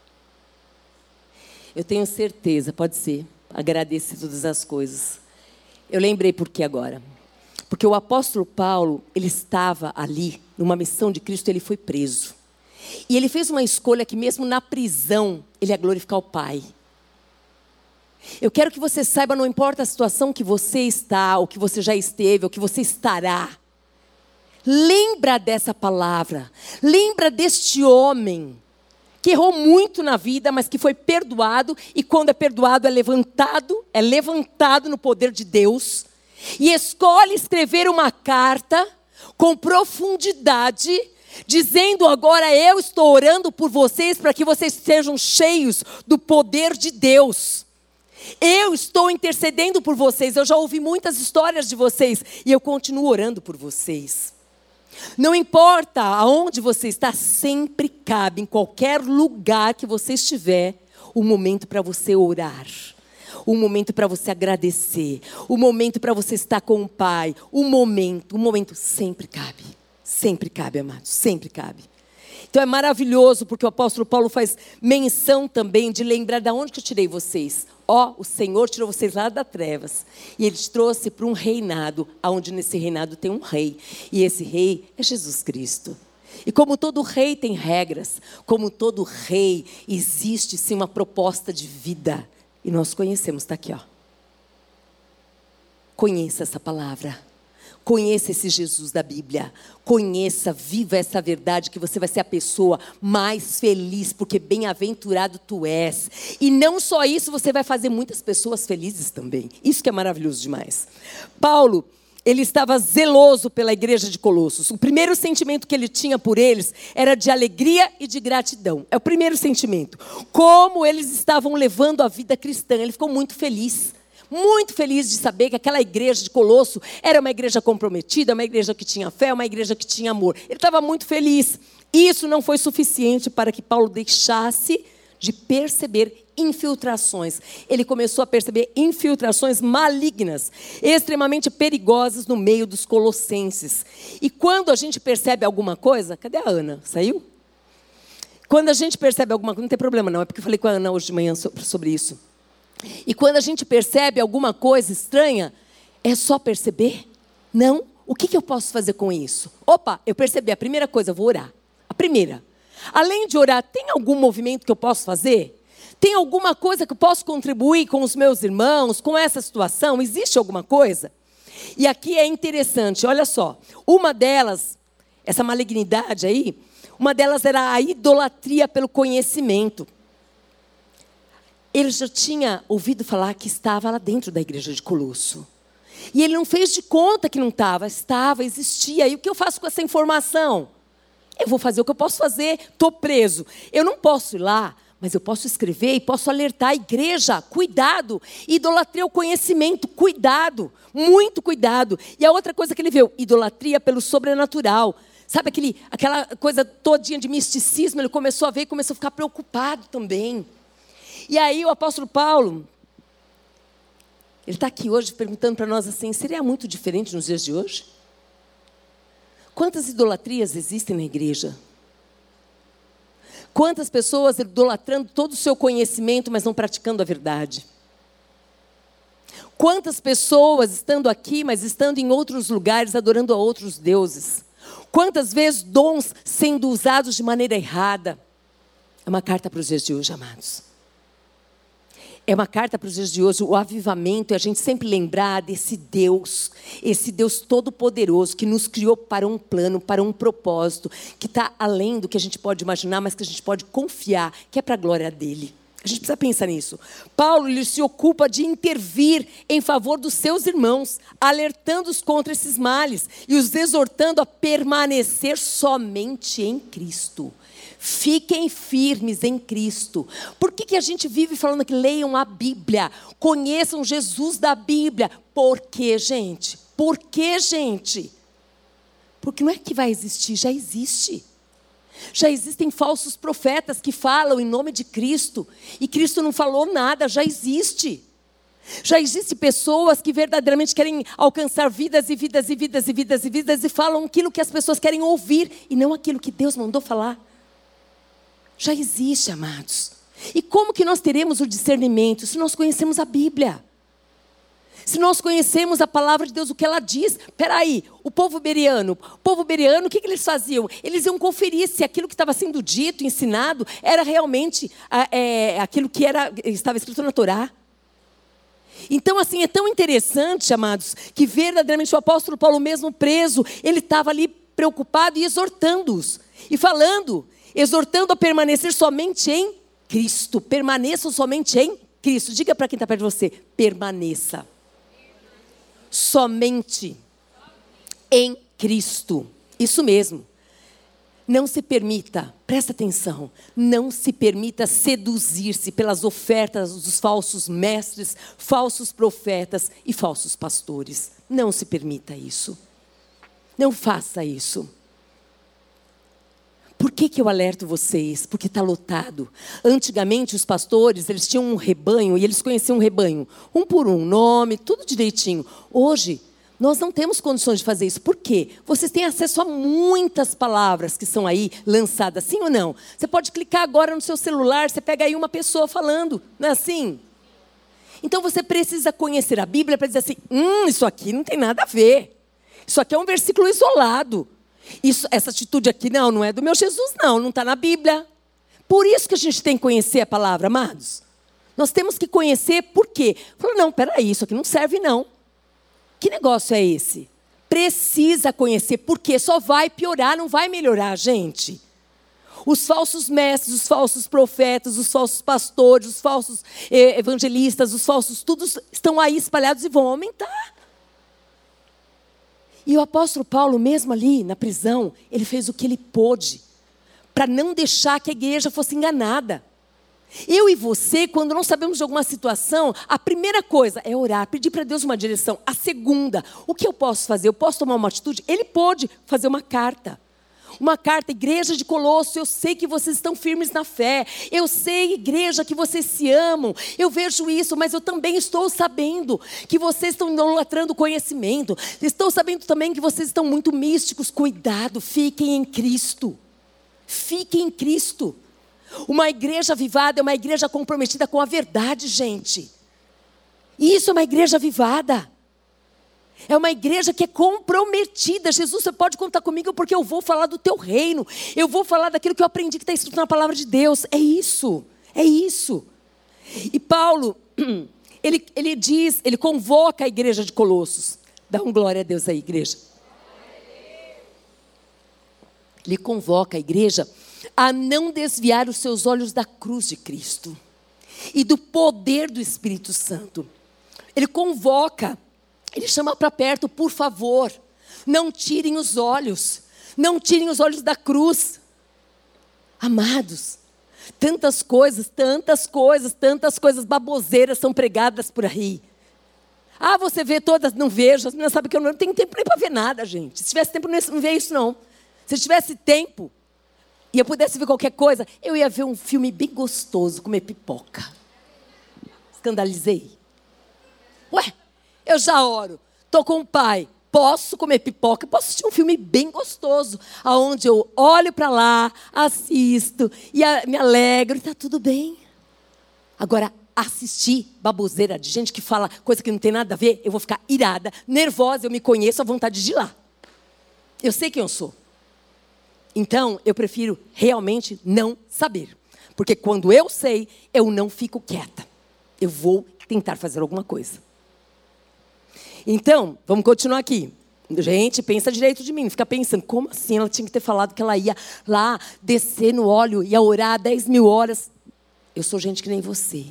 Eu tenho certeza, pode ser, agradecer todas as coisas. Eu lembrei por que agora. Porque o apóstolo Paulo, ele estava ali, numa missão de Cristo, ele foi preso. E ele fez uma escolha que mesmo na prisão, ele ia glorificar o Pai. Eu quero que você saiba, não importa a situação que você está, ou que você já esteve, ou que você estará. Lembra dessa palavra. Lembra deste homem que errou muito na vida, mas que foi perdoado. E quando é perdoado, é levantado, é levantado no poder de Deus. E escolhe escrever uma carta com profundidade, dizendo agora eu estou orando por vocês para que vocês sejam cheios do poder de Deus. Eu estou intercedendo por vocês, eu já ouvi muitas histórias de vocês e eu continuo orando por vocês. Não importa aonde você está, sempre cabe, em qualquer lugar que você estiver, um momento para você orar. Um momento para você agradecer. Um momento para você estar com o Pai. Um momento, um momento sempre cabe. Sempre cabe, amados, sempre cabe. Então é maravilhoso porque o apóstolo Paulo faz menção também de lembrar de onde que eu tirei vocês. Ó, oh, o Senhor tirou vocês lá das trevas e Ele te trouxe para um reinado, onde nesse reinado tem um rei. E esse rei é Jesus Cristo. E como todo rei tem regras, como todo rei existe sim uma proposta de vida. E nós conhecemos, está aqui, ó. Conheça essa palavra. Conheça esse Jesus da Bíblia. Conheça, viva essa verdade que você vai ser a pessoa mais feliz, porque bem-aventurado tu és. E não só isso, você vai fazer muitas pessoas felizes também. Isso que é maravilhoso demais. Paulo, ele estava zeloso pela igreja de Colossos. O primeiro sentimento que ele tinha por eles era de alegria e de gratidão. É o primeiro sentimento. Como eles estavam levando a vida cristã. Ele ficou muito feliz. Muito feliz de saber que aquela igreja de Colosso era uma igreja comprometida, uma igreja que tinha fé, uma igreja que tinha amor. Ele estava muito feliz. Isso não foi suficiente para que Paulo deixasse de perceber infiltrações. Ele começou a perceber infiltrações malignas, extremamente perigosas no meio dos colossenses. E quando a gente percebe alguma coisa, cadê a Ana? Saiu? Quando a gente percebe alguma coisa, não tem problema não, é porque eu falei com a Ana hoje de manhã sobre isso. E quando a gente percebe alguma coisa estranha, é só perceber? Não. O que, que eu posso fazer com isso? Opa, eu percebi, a primeira coisa, eu vou orar. A primeira. Além de orar, tem algum movimento que eu posso fazer? Tem alguma coisa que eu posso contribuir com os meus irmãos, com essa situação? Existe alguma coisa? E aqui é interessante, olha só. Uma delas, essa malignidade aí, uma delas era a idolatria pelo conhecimento. Ele já tinha ouvido falar que estava lá dentro da igreja de Colosso. E ele não fez de conta que não estava, estava, existia. E o que eu faço com essa informação? Eu vou fazer o que eu posso fazer, estou preso. Eu não posso ir lá, mas eu posso escrever e posso alertar a igreja. Cuidado, idolatria ao conhecimento, cuidado, muito cuidado. E a outra coisa que ele viu, idolatria pelo sobrenatural. Sabe aquele, aquela coisa todinha de misticismo, ele começou a ver e começou a ficar preocupado também. E aí o apóstolo Paulo, ele está aqui hoje perguntando para nós assim, seria muito diferente nos dias de hoje? Quantas idolatrias existem na igreja? Quantas pessoas idolatrando todo o seu conhecimento, mas não praticando a verdade? Quantas pessoas estando aqui, mas estando em outros lugares, adorando a outros deuses? Quantas vezes dons sendo usados de maneira errada? É uma carta para os dias de hoje, amados. É uma carta para os dias de hoje, o avivamento, é a gente sempre lembrar desse Deus, esse Deus todo-poderoso que nos criou para um plano, para um propósito, que está além do que a gente pode imaginar, mas que a gente pode confiar, que é para a glória dele. A gente precisa pensar nisso. Paulo, ele se ocupa de intervir em favor dos seus irmãos, alertando-os contra esses males e os exortando a permanecer somente em Cristo. Fiquem firmes em Cristo. Por que, que a gente vive falando que leiam a Bíblia? Conheçam Jesus da Bíblia. Por quê, gente? Por quê, gente? Porque não é que vai existir, já existe. Já existem falsos profetas que falam em nome de Cristo. E Cristo não falou nada, já existe. Já existem pessoas que verdadeiramente querem alcançar vidas e vidas e vidas e vidas e vidas e falam aquilo que as pessoas querem ouvir e não aquilo que Deus mandou falar. Já existe, amados. E como que nós teremos o discernimento? Se nós conhecemos a Bíblia. Se nós conhecemos a palavra de Deus, o que ela diz. Espera aí, o povo bereano. O povo bereano, o que, que eles faziam? Eles iam conferir se aquilo que estava sendo dito, ensinado, era realmente é, aquilo que era, estava escrito na Torá. Então, assim, é tão interessante, amados, que verdadeiramente o apóstolo Paulo, mesmo preso, ele estava ali preocupado e exortando-os. E falando... exortando a permanecer somente em Cristo. Permaneçam somente em Cristo. Diga para quem está perto de você, permaneça. Somente em Cristo. Isso mesmo. Não se permita, presta atenção, não se permita seduzir-se pelas ofertas dos falsos mestres, falsos profetas e falsos pastores. Não se permita isso. Não faça isso. Por que que eu alerto vocês? Porque está lotado. Antigamente os pastores, eles tinham um rebanho e eles conheciam um rebanho. Um por um, nome, tudo direitinho. Hoje, nós não temos condições de fazer isso. Por quê? Vocês têm acesso a muitas palavras que são aí lançadas, sim ou não? Você pode clicar agora no seu celular, você pega aí uma pessoa falando, não é assim? Então você precisa conhecer a Bíblia para dizer assim, hum, isso aqui não tem nada a ver. Isso aqui é um versículo isolado. Isso, essa atitude aqui, não, não é do meu Jesus, não, não está na Bíblia. Por isso que a gente tem que conhecer a palavra, amados. Nós temos que conhecer por quê? Falou, não, peraí, isso aqui não serve não. Que negócio é esse? Precisa conhecer, porque só vai piorar, não vai melhorar, gente. Os falsos mestres, os falsos profetas, os falsos pastores, os falsos eh, evangelistas, os falsos, todos estão aí espalhados e vão aumentar. E o apóstolo Paulo, mesmo ali na prisão, ele fez o que ele pôde para não deixar que a igreja fosse enganada. Eu e você, quando não sabemos de alguma situação, a primeira coisa é orar, pedir para Deus uma direção. A segunda, o que eu posso fazer? Eu posso tomar uma atitude? Ele pôde fazer uma carta. Uma carta, igreja de Colosso, eu sei que vocês estão firmes na fé. Eu sei, igreja, que vocês se amam. Eu vejo isso, mas eu também estou sabendo que vocês estão idolatrando conhecimento. Estou sabendo também que vocês estão muito místicos. Cuidado, fiquem em Cristo. Fiquem em Cristo. Uma igreja avivada é uma igreja comprometida com a verdade, gente. E isso é uma igreja avivada. É uma igreja que é comprometida. Jesus, você pode contar comigo porque eu vou falar do teu reino. Eu vou falar daquilo que eu aprendi que está escrito na palavra de Deus. É isso, é isso. E Paulo, ele, ele diz, ele convoca a igreja de Colossos. Dá um glória a Deus aí, igreja. Ele convoca a igreja a não desviar os seus olhos da cruz de Cristo e do poder do Espírito Santo. Ele convoca, ele chama para perto, por favor, não tirem os olhos, não tirem os olhos da cruz. Amados, tantas coisas, tantas coisas, tantas coisas baboseiras são pregadas por aí. Ah, você vê todas? Não vejo, as meninas sabem que eu não tenho tempo nem para ver nada, gente. Se tivesse tempo, não vê isso não. Se tivesse tempo e eu pudesse ver qualquer coisa, eu ia ver um filme bem gostoso, comer pipoca. Escandalizei. Ué, eu já oro, estou com o pai, posso comer pipoca, posso assistir um filme bem gostoso, aonde eu olho para lá, assisto, e a, me alegro, e está tudo bem. Agora, assistir baboseira de gente que fala coisa que não tem nada a ver, eu vou ficar irada, nervosa, eu me conheço, a vontade de ir lá. Eu sei quem eu sou. Então, eu prefiro realmente não saber. Porque quando eu sei, eu não fico quieta. Eu vou tentar fazer alguma coisa. Então, vamos continuar aqui. Gente, pensa direito de mim. Fica pensando, como assim? Ela tinha que ter falado que ela ia lá, descer no óleo, ia orar dez mil horas. Eu sou gente que nem você.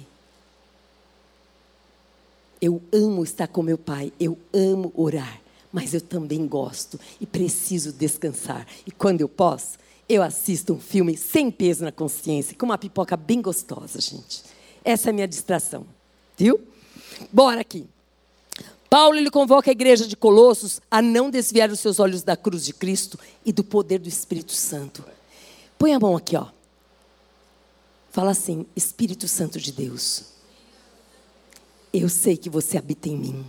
Eu amo estar com meu pai. Eu amo orar. Mas eu também gosto e preciso descansar. E quando eu posso, eu assisto um filme sem peso na consciência, com uma pipoca bem gostosa, gente. Essa é a minha distração. Viu? Bora aqui. Paulo, ele convoca a igreja de Colossos a não desviar os seus olhos da cruz de Cristo e do poder do Espírito Santo. Põe a mão aqui, ó. Fala assim, Espírito Santo de Deus. Eu sei que você habita em mim.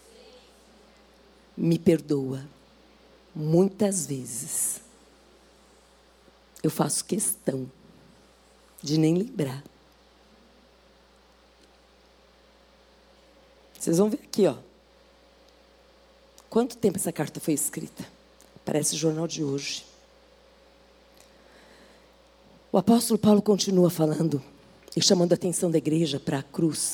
Me perdoa. Muitas vezes eu faço questão de nem lembrar. Vocês vão ver aqui, ó. Quanto tempo essa carta foi escrita? Parece o jornal de hoje. O apóstolo Paulo continua falando e chamando a atenção da igreja para a cruz.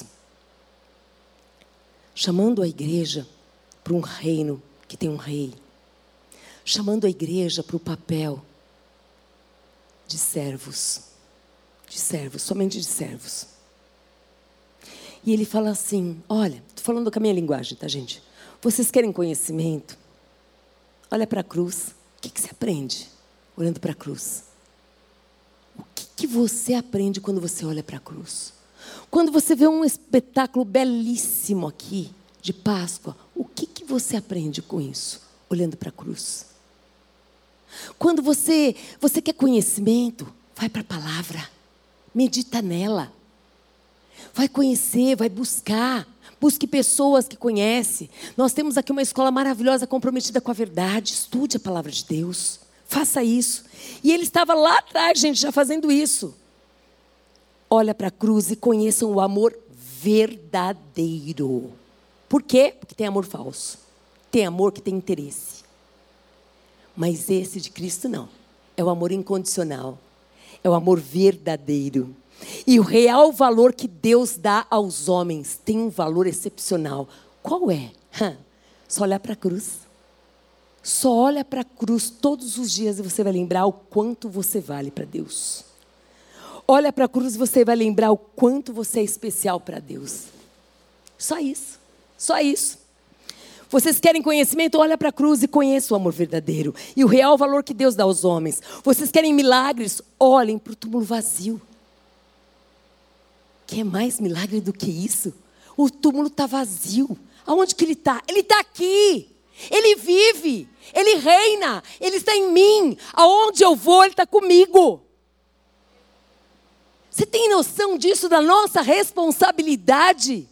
Chamando a igreja para um reino que tem um rei. Chamando a igreja para o papel de servos. De servos, somente de servos. E ele fala assim, olha, estou falando com a minha linguagem, tá, gente? Vocês querem conhecimento? Olha para a cruz. O que, que você aprende olhando para a cruz? O que, que você aprende quando você olha para a cruz? Quando você vê um espetáculo belíssimo aqui, de Páscoa, o que, que você aprende com isso? Olhando para a cruz. Quando você, você quer conhecimento, vai para a palavra. Medita nela. Vai conhecer, vai buscar. Busque pessoas que conhecem. Nós temos aqui uma escola maravilhosa, comprometida com a verdade. Estude a palavra de Deus. Faça isso. E ele estava lá atrás, gente, já fazendo isso. Olha para a cruz e conheçam o amor verdadeiro. Por quê? Porque tem amor falso. Tem amor que tem interesse. Mas esse de Cristo não. É o amor incondicional. É o amor verdadeiro. E o real valor que Deus dá aos homens tem um valor excepcional. Qual é? Só olhar para a cruz. Só olha para a cruz todos os dias e você vai lembrar o quanto você vale para Deus. Olha para a cruz e você vai lembrar o quanto você é especial para Deus. Só isso. Só isso. Vocês querem conhecimento? Olha para a cruz e conheça o amor verdadeiro. E o real valor que Deus dá aos homens. Vocês querem milagres? Olhem para o túmulo vazio. Quer mais milagre do que isso? O túmulo está vazio. Aonde que ele está? Ele está aqui. Ele vive. Ele reina. Ele está em mim. Aonde eu vou, ele está comigo. Você tem noção disso, da nossa responsabilidade?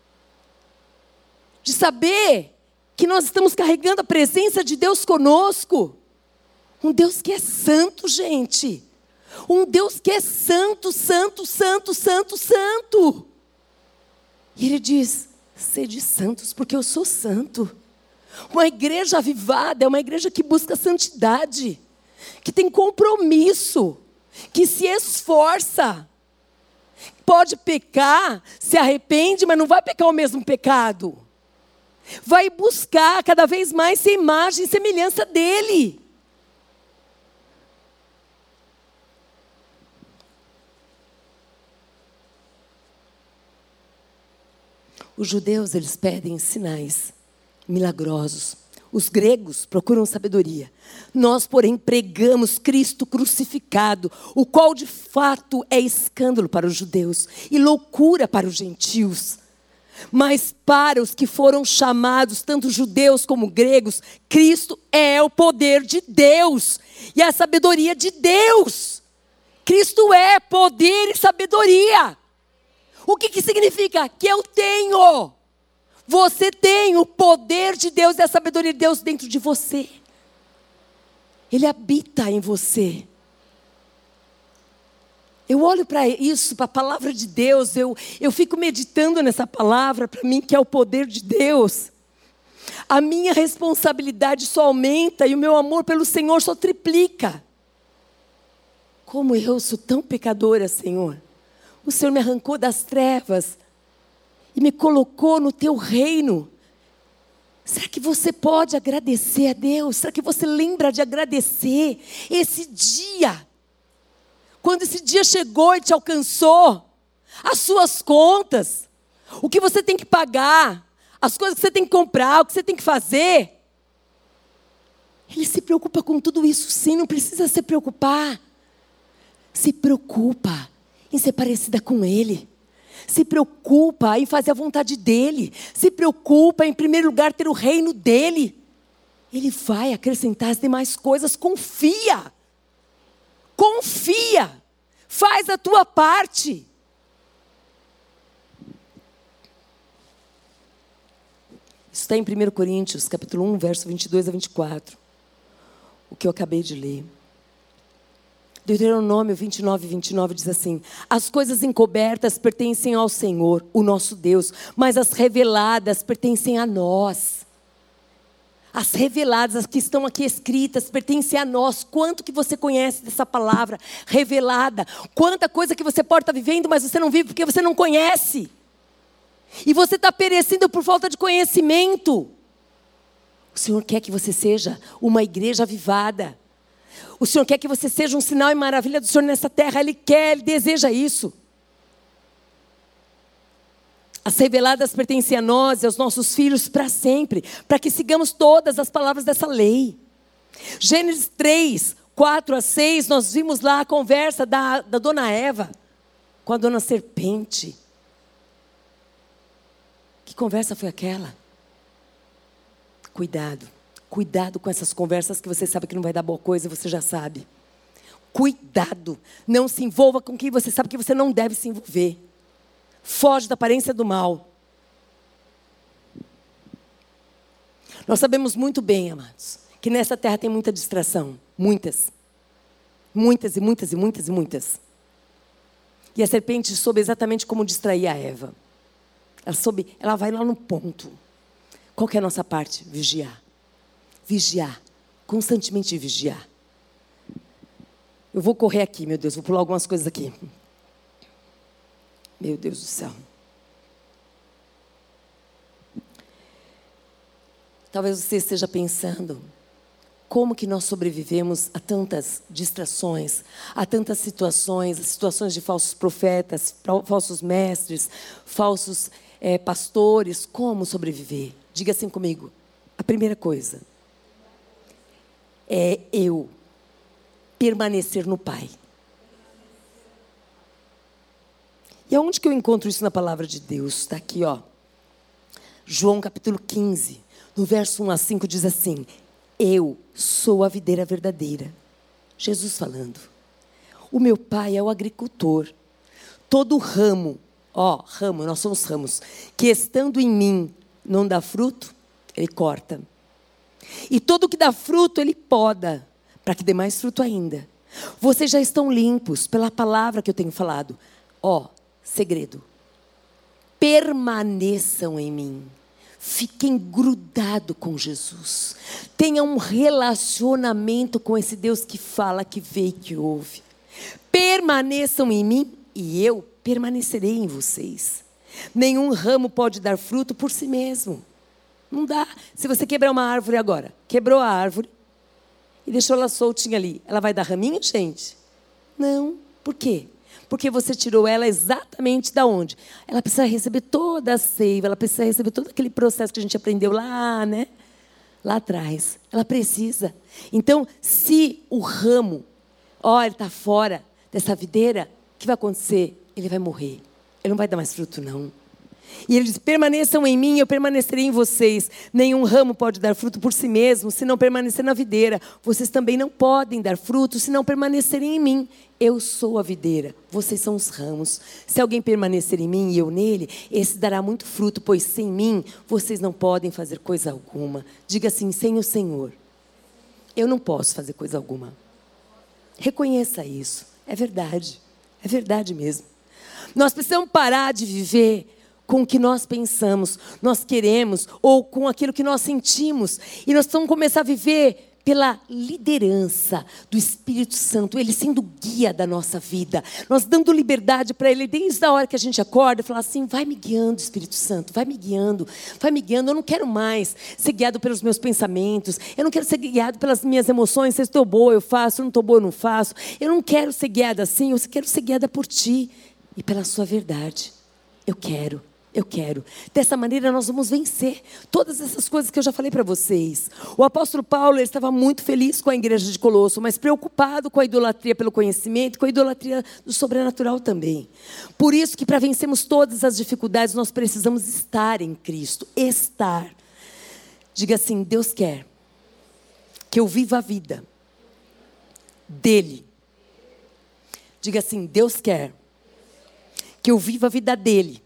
De saber que nós estamos carregando a presença de Deus conosco. Um Deus que é santo, gente. Um Deus que é santo, santo, santo, santo, santo. E ele diz, sede santos, porque eu sou santo. Uma igreja avivada é uma igreja que busca santidade, que tem compromisso, que se esforça. Pode pecar, se arrepende, mas não vai pecar o mesmo pecado. Vai buscar cada vez mais ser imagem e semelhança dele. Os judeus, eles pedem sinais milagrosos. Os gregos procuram sabedoria. Nós, porém, pregamos Cristo crucificado, o qual de fato é escândalo para os judeus e loucura para os gentios. Mas para os que foram chamados, tanto judeus como gregos, Cristo é o poder de Deus e a sabedoria de Deus. Cristo é poder e sabedoria. O que que significa? Que eu tenho. Você tem o poder de Deus e a sabedoria de Deus dentro de você. Ele habita em você. Eu olho para isso, para a palavra de Deus, eu, eu fico meditando nessa palavra, para mim que é o poder de Deus. A minha responsabilidade só aumenta e o meu amor pelo Senhor só triplica. Como eu sou tão pecadora, Senhor. O Senhor me arrancou das trevas e me colocou no teu reino. Será que você pode agradecer a Deus? Será que você lembra de agradecer esse dia? Quando esse dia chegou e te alcançou, as suas contas, o que você tem que pagar, as coisas que você tem que comprar, o que você tem que fazer. Ele se preocupa com tudo isso, sim, não precisa se preocupar. Se preocupa em ser parecida com Ele. Se preocupa em fazer a vontade dEle. Se preocupa em, em primeiro lugar, ter o reino dEle. Ele vai acrescentar as demais coisas. Confia. Confia. Faz a tua parte. Isso está em primeira Coríntios, capítulo um, verso vinte e dois a vinte e quatro. O que eu acabei de ler. Deuteronômio vinte e nove, vinte e nove diz assim: as coisas encobertas pertencem ao Senhor, o nosso Deus, mas as reveladas pertencem a nós. As reveladas, as que estão aqui escritas, pertencem a nós. Quanto que você conhece dessa palavra revelada? Quanta coisa que você pode estar vivendo, mas você não vive porque você não conhece. E você está perecendo por falta de conhecimento. O Senhor quer que você seja uma igreja avivada. O Senhor quer que você seja um sinal e maravilha do Senhor nessa terra. Ele quer, Ele deseja isso. As reveladas pertencem a nós e aos nossos filhos para sempre, para que sigamos todas as palavras dessa lei. Gênesis três, quatro a seis, nós vimos lá a conversa da, da dona Eva com a dona serpente. Que conversa foi aquela? Cuidado. Cuidado com essas conversas que você sabe que não vai dar boa coisa, você já sabe. Cuidado. Não se envolva com quem você sabe que você não deve se envolver. Foge da aparência do mal. Nós sabemos muito bem, amados, que nessa terra tem muita distração. Muitas. Muitas e muitas e muitas e muitas. E a serpente soube exatamente como distrair a Eva. Ela soube, ela vai lá no ponto. Qual que é a nossa parte? Vigiar. Vigiar, constantemente vigiar. Eu vou correr aqui, meu Deus, vou pular algumas coisas aqui. Meu Deus do céu. Talvez você esteja pensando, como que nós sobrevivemos a tantas distrações, a tantas situações, a situações de falsos profetas, falsos mestres, falsos é, pastores, como sobreviver? Diga assim comigo, a primeira coisa é eu permanecer no Pai. E aonde que eu encontro isso na palavra de Deus? Está aqui, ó. João capítulo quinze, no verso um a cinco diz assim: eu sou a videira verdadeira. Jesus falando. O meu Pai é o agricultor. Todo ramo, ó, ramo, nós somos ramos, que estando em mim não dá fruto, Ele corta. E todo que dá fruto, Ele poda, para que dê mais fruto ainda. Vocês já estão limpos pela palavra que eu tenho falado. Ó, segredo. Permaneçam em mim. Fiquem grudados com Jesus. Tenham um relacionamento com esse Deus que fala, que vê e que ouve. Permaneçam em mim e eu permanecerei em vocês. Nenhum ramo pode dar fruto por si mesmo. Não dá. Se você quebrar uma árvore agora, quebrou a árvore e deixou ela soltinha ali, ela vai dar raminho, gente? Não. Por quê? Porque você tirou ela exatamente da onde? Ela precisa receber toda a seiva, ela precisa receber todo aquele processo que a gente aprendeu lá, né? Lá atrás. Ela precisa. Então, se o ramo, ó, ele está fora dessa videira, o que vai acontecer? Ele vai morrer. Ele não vai dar mais fruto, não. E ele diz, permaneçam em mim, eu permanecerei em vocês. Nenhum ramo pode dar fruto por si mesmo, se não permanecer na videira. Vocês também não podem dar fruto, se não permanecerem em mim. Eu sou a videira, vocês são os ramos. Se alguém permanecer em mim e eu nele, esse dará muito fruto, pois sem mim, vocês não podem fazer coisa alguma. Diga assim, sem o Senhor, eu não posso fazer coisa alguma. Reconheça isso, é verdade, é verdade mesmo. Nós precisamos parar de viver com o que nós pensamos, nós queremos, ou com aquilo que nós sentimos. E nós precisamos começar a viver pela liderança do Espírito Santo, Ele sendo guia da nossa vida. Nós dando liberdade para Ele, desde a hora que a gente acorda, falar assim, vai me guiando, Espírito Santo, vai me guiando, vai me guiando. Eu não quero mais ser guiado pelos meus pensamentos, eu não quero ser guiado pelas minhas emoções, se eu estou boa eu faço, se eu não estou boa eu não faço. Eu não quero ser guiada assim, eu quero ser guiada por Ti e pela Sua verdade. Eu quero. Eu quero. Dessa maneira nós vamos vencer todas essas coisas que eu já falei para vocês. O apóstolo Paulo ele estava muito feliz com a igreja de Colosso, mas preocupado com a idolatria pelo conhecimento, com a idolatria do sobrenatural também. Por isso que para vencermos todas as dificuldades, nós precisamos estar em Cristo. Estar. Diga assim, Deus quer que eu viva a vida dEle. Diga assim, Deus quer que eu viva a vida dEle.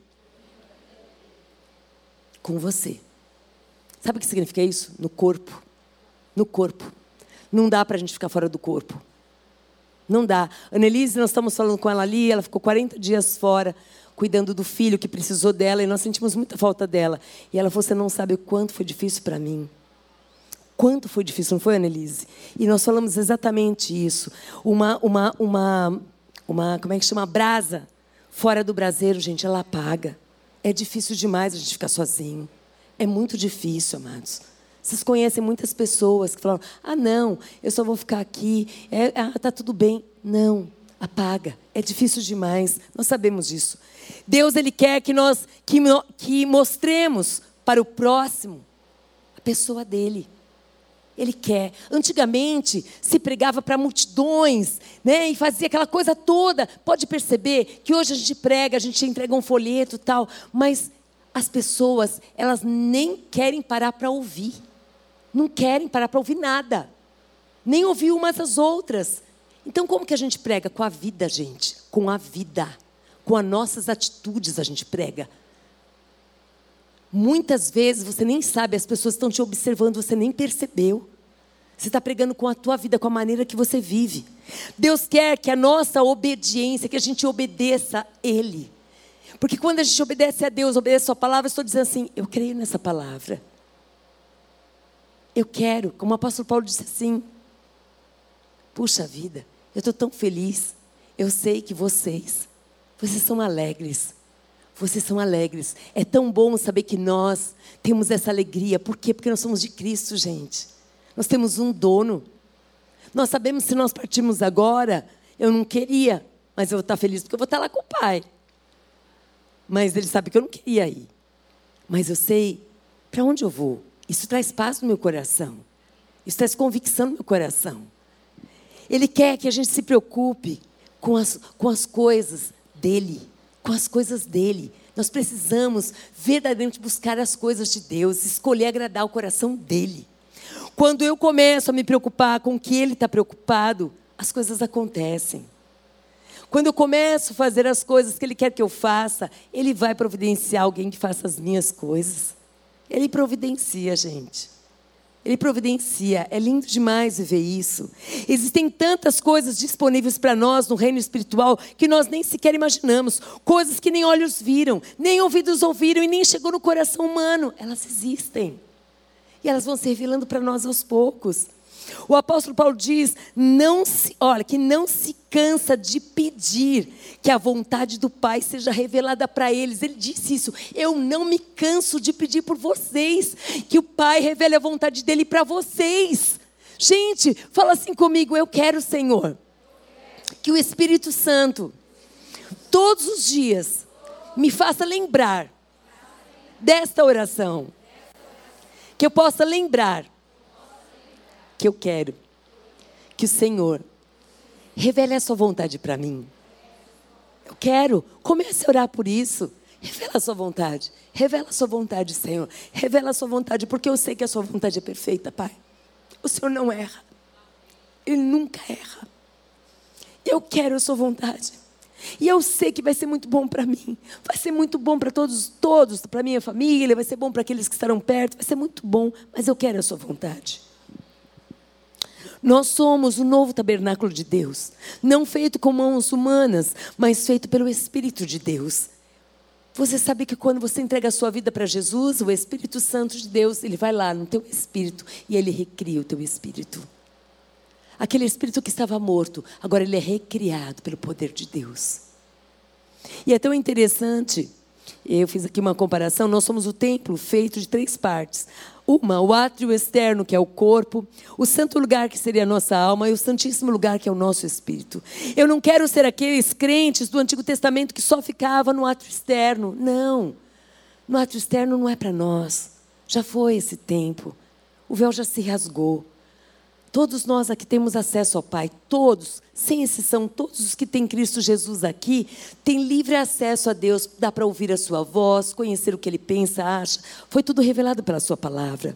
Com você. Sabe o que significa isso? No corpo. No corpo. Não dá para a gente ficar fora do corpo. Não dá. Annelise, nós estamos falando com ela ali, ela ficou quarenta dias fora, cuidando do filho que precisou dela, e nós sentimos muita falta dela. E ela falou, você não sabe o quanto foi difícil para mim. Quanto foi difícil, não foi, Annelise? E nós falamos exatamente isso. Uma, uma, uma, uma, como é que chama? Brasa fora do braseiro, gente, ela apaga. É difícil demais a gente ficar sozinho. É muito difícil, amados. Vocês conhecem muitas pessoas que falam, ah, não, eu só vou ficar aqui, é, ah, tá tudo bem. Não, apaga. É difícil demais. Nós sabemos disso. Deus, Ele quer que nós que, que mostremos para o próximo a pessoa dEle. Ele quer. Antigamente, se pregava para multidões, né? E fazia aquela coisa toda. Pode perceber que hoje a gente prega, a gente entrega um folheto e tal, mas as pessoas, elas nem querem parar para ouvir. Não querem parar para ouvir nada. Nem ouvir umas às outras. Então, como que a gente prega? Com a vida, gente. Com a vida. Com as nossas atitudes a gente prega. Muitas vezes você nem sabe, as pessoas estão te observando, você nem percebeu. Você está pregando com a tua vida, com a maneira que você vive. Deus quer que a nossa obediência, que a gente obedeça a Ele. Porque quando a gente obedece a Deus, obedece a Sua palavra, eu estou dizendo assim, eu creio nessa palavra. Eu quero, como o apóstolo Paulo disse assim, puxa vida, eu estou tão feliz. Eu sei que vocês, vocês são alegres. Vocês são alegres. É tão bom saber que nós temos essa alegria. Por quê? Porque nós somos de Cristo, gente. Nós temos um dono. Nós sabemos se nós partirmos agora, eu não queria, mas eu vou estar feliz porque eu vou estar lá com o Pai. Mas Ele sabe que eu não queria ir. Mas eu sei para onde eu vou. Isso traz paz no meu coração. Isso traz convicção no meu coração. Ele quer que a gente se preocupe com as, com as coisas dEle. Com as coisas dEle. Nós precisamos verdadeiramente buscar as coisas de Deus, escolher agradar o coração dEle. Quando eu começo a me preocupar com o que Ele está preocupado, as coisas acontecem. Quando eu começo a fazer as coisas que Ele quer que eu faça, Ele vai providenciar alguém que faça as minhas coisas. Ele providencia, gente. Ele providencia. É lindo demais ver isso. Existem tantas coisas disponíveis para nós no reino espiritual que nós nem sequer imaginamos. Coisas que nem olhos viram, nem ouvidos ouviram e nem chegou no coração humano. Elas existem. E elas vão se revelando para nós aos poucos. O apóstolo Paulo diz, não se, olha, que não se cansa de pedir que a vontade do Pai seja revelada para eles. Ele disse isso, eu não me canso de pedir por vocês, que o Pai revele a vontade dele para vocês. Gente, fala assim comigo, eu quero, Senhor, que o Espírito Santo, todos os dias, me faça lembrar desta oração. Que eu possa lembrar que eu quero que o Senhor revele a sua vontade para mim. Eu quero, comece a orar por isso. Revela a sua vontade, revela a sua vontade, Senhor. Revela a sua vontade, porque eu sei que a sua vontade é perfeita, Pai. O Senhor não erra, Ele nunca erra. Eu quero a sua vontade. E eu sei que vai ser muito bom para mim. Vai ser muito bom para todos, todos, para minha família, vai ser bom para aqueles que estarão perto, vai ser muito bom, mas eu quero a sua vontade. Nós somos o novo tabernáculo de Deus, não feito com mãos humanas, mas feito pelo Espírito de Deus. Você sabe que quando você entrega a sua vida para Jesus, o Espírito Santo de Deus, ele vai lá no teu espírito e ele recria o teu espírito. Aquele espírito que estava morto, agora ele é recriado pelo poder de Deus. E é tão interessante, eu fiz aqui uma comparação, nós somos o templo feito de três partes. Uma, o átrio externo, que é o corpo, o santo lugar, que seria a nossa alma, e o santíssimo lugar, que é o nosso espírito. Eu não quero ser aqueles crentes do Antigo Testamento que só ficava no átrio externo. Não, no átrio externo não é para nós. Já foi esse tempo. O véu já se rasgou. Todos nós aqui temos acesso ao Pai, todos, sem exceção, todos os que têm Cristo Jesus aqui, têm livre acesso a Deus, dá para ouvir a sua voz, conhecer o que Ele pensa, acha, foi tudo revelado pela sua palavra.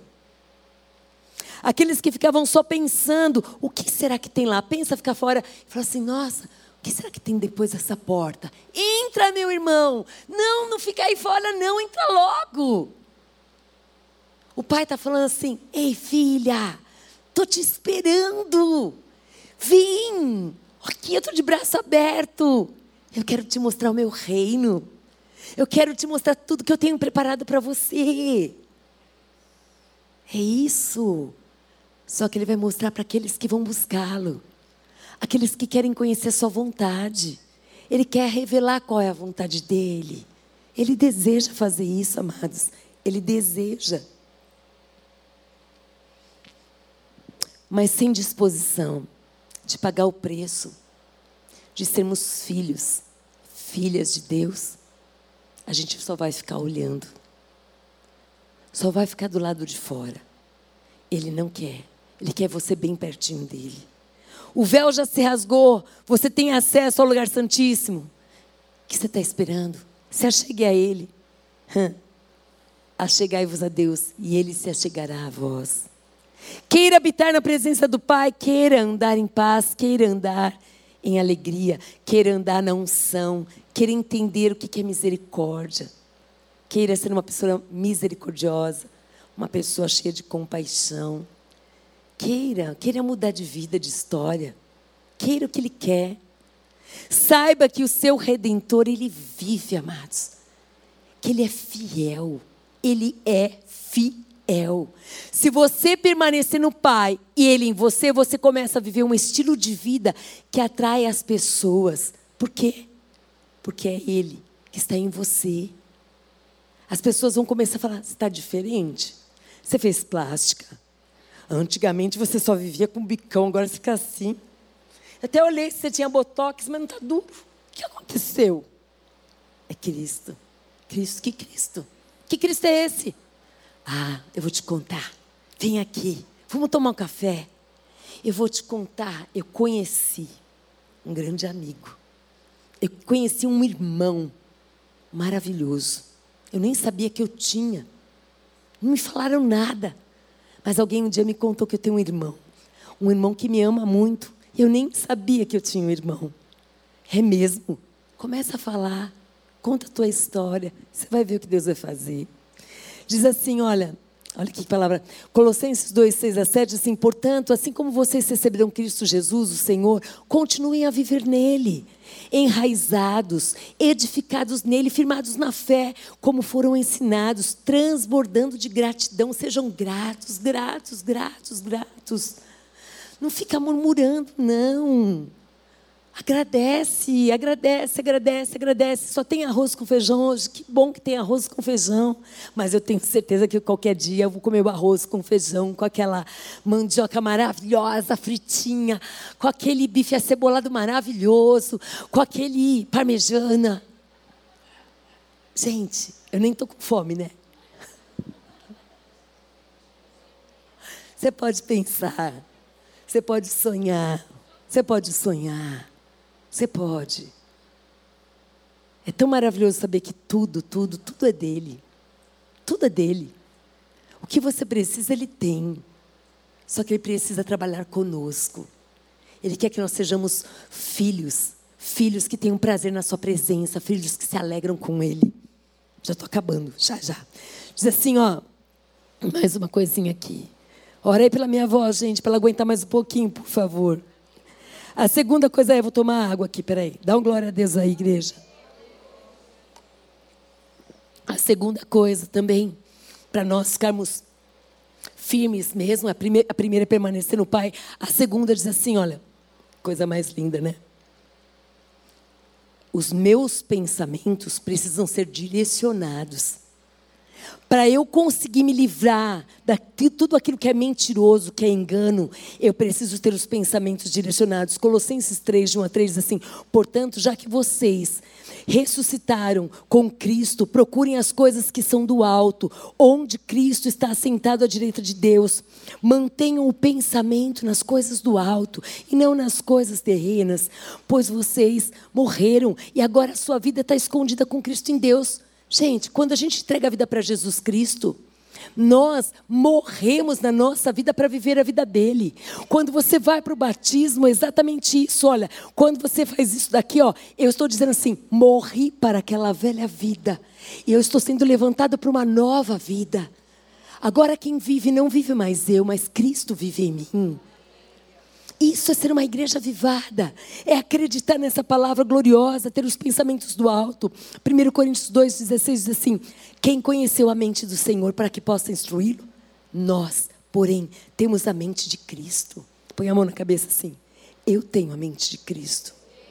Aqueles que ficavam só pensando, o que será que tem lá? Pensa ficar fora e fala assim, nossa, o que será que tem depois dessa porta? Entra, meu irmão, não, não fica aí fora não, entra logo. O Pai está falando assim, ei filha, estou te esperando. Vem. Aqui eu estou de braço aberto. Eu quero te mostrar o meu reino. Eu quero te mostrar tudo que eu tenho preparado para você. É isso. Só que Ele vai mostrar para aqueles que vão buscá-lo. Aqueles que querem conhecer a sua vontade. Ele quer revelar qual é a vontade dEle. Ele deseja fazer isso, amados. Ele deseja. Mas sem disposição de pagar o preço, de sermos filhos, filhas de Deus, a gente só vai ficar olhando, só vai ficar do lado de fora. Ele não quer, Ele quer você bem pertinho dEle. O véu já se rasgou, você tem acesso ao lugar santíssimo. O que você está esperando? Se achegue a Ele. Achegai-vos a Deus e Ele se achegará a vós. Queira habitar na presença do Pai, queira andar em paz, queira andar em alegria, queira andar na unção, queira entender o que é misericórdia, queira ser uma pessoa misericordiosa, uma pessoa cheia de compaixão, queira, queira mudar de vida, de história, queira o que Ele quer. Saiba que o seu Redentor, Ele vive, amados, que Ele é fiel, Ele é fiel. Se você permanecer no Pai e Ele em você, você começa a viver um estilo de vida que atrai as pessoas. Por quê? Porque é Ele que está em você. As pessoas vão começar a falar, você está diferente? Você fez plástica? Antigamente você só vivia com bicão, agora você fica assim. Até olhei se você tinha botox, mas não está duro. O que aconteceu? É Cristo. Cristo, que Cristo? Que Cristo é esse? Ah, eu vou te contar. Vem aqui, vamos tomar um café. Eu vou te contar, eu conheci um grande amigo. Eu conheci um irmão maravilhoso. Eu nem sabia que eu tinha. Não me falaram nada. Mas alguém um dia me contou que eu tenho um irmão. Um irmão que me ama muito. Eu nem sabia que eu tinha um irmão. É mesmo. Começa a falar. Conta a tua história. Você vai ver o que Deus vai fazer. Diz assim, olha, Olha que palavra. Colossenses dois, seis a sete, assim, portanto, assim como vocês receberam Cristo Jesus, o Senhor, continuem a viver nele, enraizados, edificados nele, firmados na fé, como foram ensinados, transbordando de gratidão. Sejam gratos, gratos, gratos, gratos. Não fica murmurando, não. Agradece, agradece, agradece, agradece. Só tem arroz com feijão hoje. Que bom que tem arroz com feijão. Mas eu tenho certeza que qualquer dia eu vou comer o arroz com feijão, com aquela mandioca maravilhosa, fritinha, com aquele bife acebolado maravilhoso, com aquele parmegiana. Gente, eu nem estou com fome, né? Você pode pensar, você pode sonhar, você pode sonhar. Você pode. É tão maravilhoso saber que tudo, tudo, tudo é dele. Tudo é dele. O que você precisa, ele tem. Só que ele precisa trabalhar conosco. Ele quer que nós sejamos filhos. Filhos que tenham prazer na sua presença. Filhos que se alegram com ele. Já estou acabando, já, já. Diz assim, ó. Mais uma coisinha aqui. Ora aí pela minha voz, gente, para ela aguentar mais um pouquinho, por favor. A segunda coisa é, eu vou tomar água aqui, peraí. Dá um glória a Deus aí, igreja. A segunda coisa também, para nós ficarmos firmes mesmo, a primeira, a primeira é permanecer no Pai. A segunda diz assim, olha, coisa mais linda, né? Os meus pensamentos precisam ser direcionados. Para eu conseguir me livrar de tudo aquilo que é mentiroso, que é engano, eu preciso ter os pensamentos direcionados. Colossenses três, de um a três, diz assim, portanto, já que vocês ressuscitaram com Cristo, procurem as coisas que são do alto, onde Cristo está assentado à direita de Deus. Mantenham o pensamento nas coisas do alto e não nas coisas terrenas, pois vocês morreram e agora a sua vida está escondida com Cristo em Deus. Gente, quando a gente entrega a vida para Jesus Cristo, nós morremos na nossa vida para viver a vida dele. Quando você vai para o batismo, é exatamente isso. Olha, quando você faz isso daqui, ó, eu estou dizendo assim, morri para aquela velha vida. E eu estou sendo levantado para uma nova vida. Agora quem vive não vive mais eu, mas Cristo vive em mim. Isso é ser uma igreja avivada, é acreditar nessa palavra gloriosa, ter os pensamentos do alto. primeira Coríntios dois, dezesseis diz assim, quem conheceu a mente do Senhor para que possa instruí-lo? Nós, porém, temos a mente de Cristo. Põe a mão na cabeça assim, eu tenho a mente de Cristo.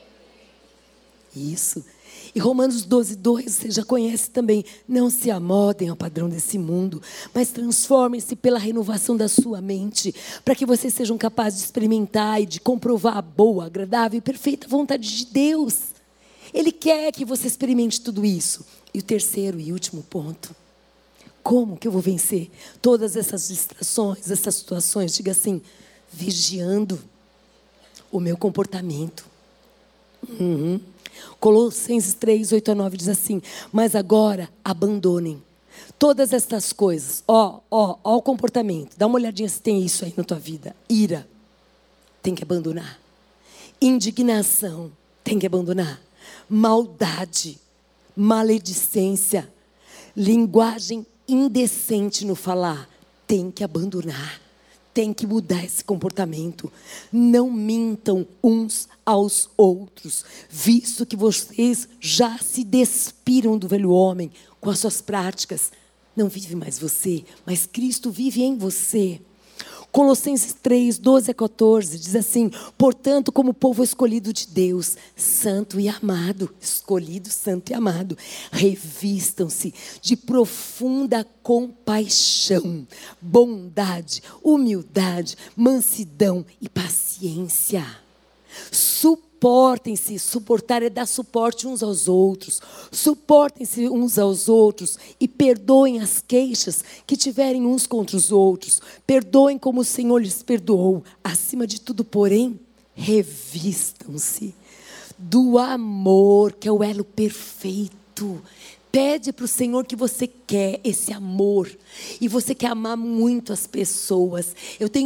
Isso. E Romanos doze, dois, você já conhece também. Não se amodem ao padrão desse mundo, mas transformem-se pela renovação da sua mente, para que vocês sejam capazes de experimentar e de comprovar a boa, agradável e perfeita vontade de Deus. Ele quer que você experimente tudo isso. E o terceiro e último ponto. Como que eu vou vencer todas essas distrações, essas situações? Diga assim, vigiando o meu comportamento. Uhum. Colossenses três, oito a nove diz assim, mas agora abandonem todas estas coisas. Ó, ó, ó o comportamento. Dá uma olhadinha se tem isso aí na tua vida. Ira, tem que abandonar. Indignação, tem que abandonar. Maldade, maledicência, linguagem indecente no falar, tem que abandonar. Tem que mudar esse comportamento. Não mintam uns aos outros, visto que vocês já se despiram do velho homem com as suas práticas. Não vive mais você, mas Cristo vive em você. Colossenses três, doze a quatorze diz assim, portanto, como povo escolhido de Deus, santo e amado, escolhido, santo e amado, revistam-se de profunda compaixão, bondade, humildade, mansidão e paciência. Suportem-se, suportar é dar suporte uns aos outros, suportem-se uns aos outros e perdoem as queixas que tiverem uns contra os outros, perdoem como o Senhor lhes perdoou, acima de tudo, porém, revistam-se do amor, que é o elo perfeito. Pede para o Senhor que você quer esse amor. E você quer amar muito as pessoas. Eu tenho pedido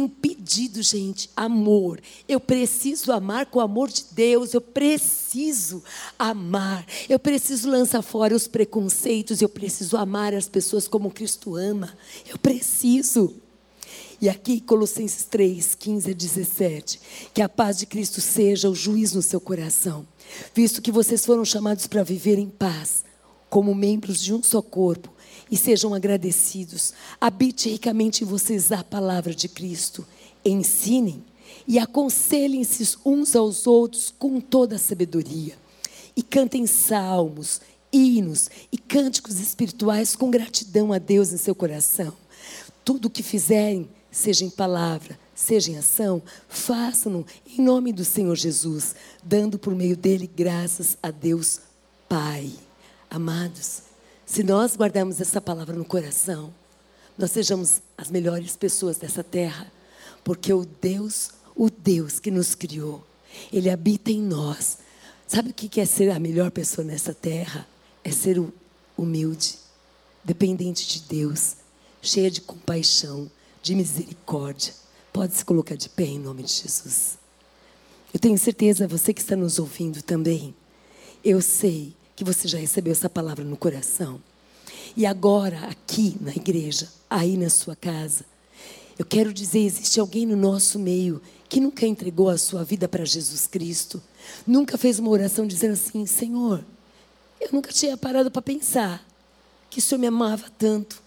pedido, gente, amor. Eu preciso amar com o amor de Deus. Eu preciso amar. Eu preciso lançar fora os preconceitos. Eu preciso amar as pessoas como Cristo ama. Eu preciso. E aqui, Colossenses três, quinze a dezessete. Que a paz de Cristo seja o juiz no seu coração, visto que vocês foram chamados para viver em paz, como membros de um só corpo, e sejam agradecidos. Habite ricamente em vocês a palavra de Cristo. Ensinem e aconselhem-se uns aos outros com toda a sabedoria. E cantem salmos, hinos e cânticos espirituais com gratidão a Deus em seu coração. Tudo o que fizerem, seja em palavra, seja em ação, façam-no em nome do Senhor Jesus, dando por meio dele graças a Deus Pai. Amados, se nós guardarmos essa palavra no coração, nós sejamos as melhores pessoas dessa terra, porque o Deus, o Deus que nos criou, Ele habita em nós. Sabe o que é ser a melhor pessoa nessa terra? É ser humilde, dependente de Deus, cheia de compaixão, de misericórdia. Pode se colocar de pé em nome de Jesus. Eu tenho certeza, você que está nos ouvindo também, eu sei que você já recebeu essa palavra no coração. E agora, aqui na igreja, aí na sua casa, eu quero dizer, existe alguém no nosso meio que nunca entregou a sua vida para Jesus Cristo, nunca fez uma oração dizendo assim: Senhor, eu nunca tinha parado para pensar que o Senhor me amava tanto,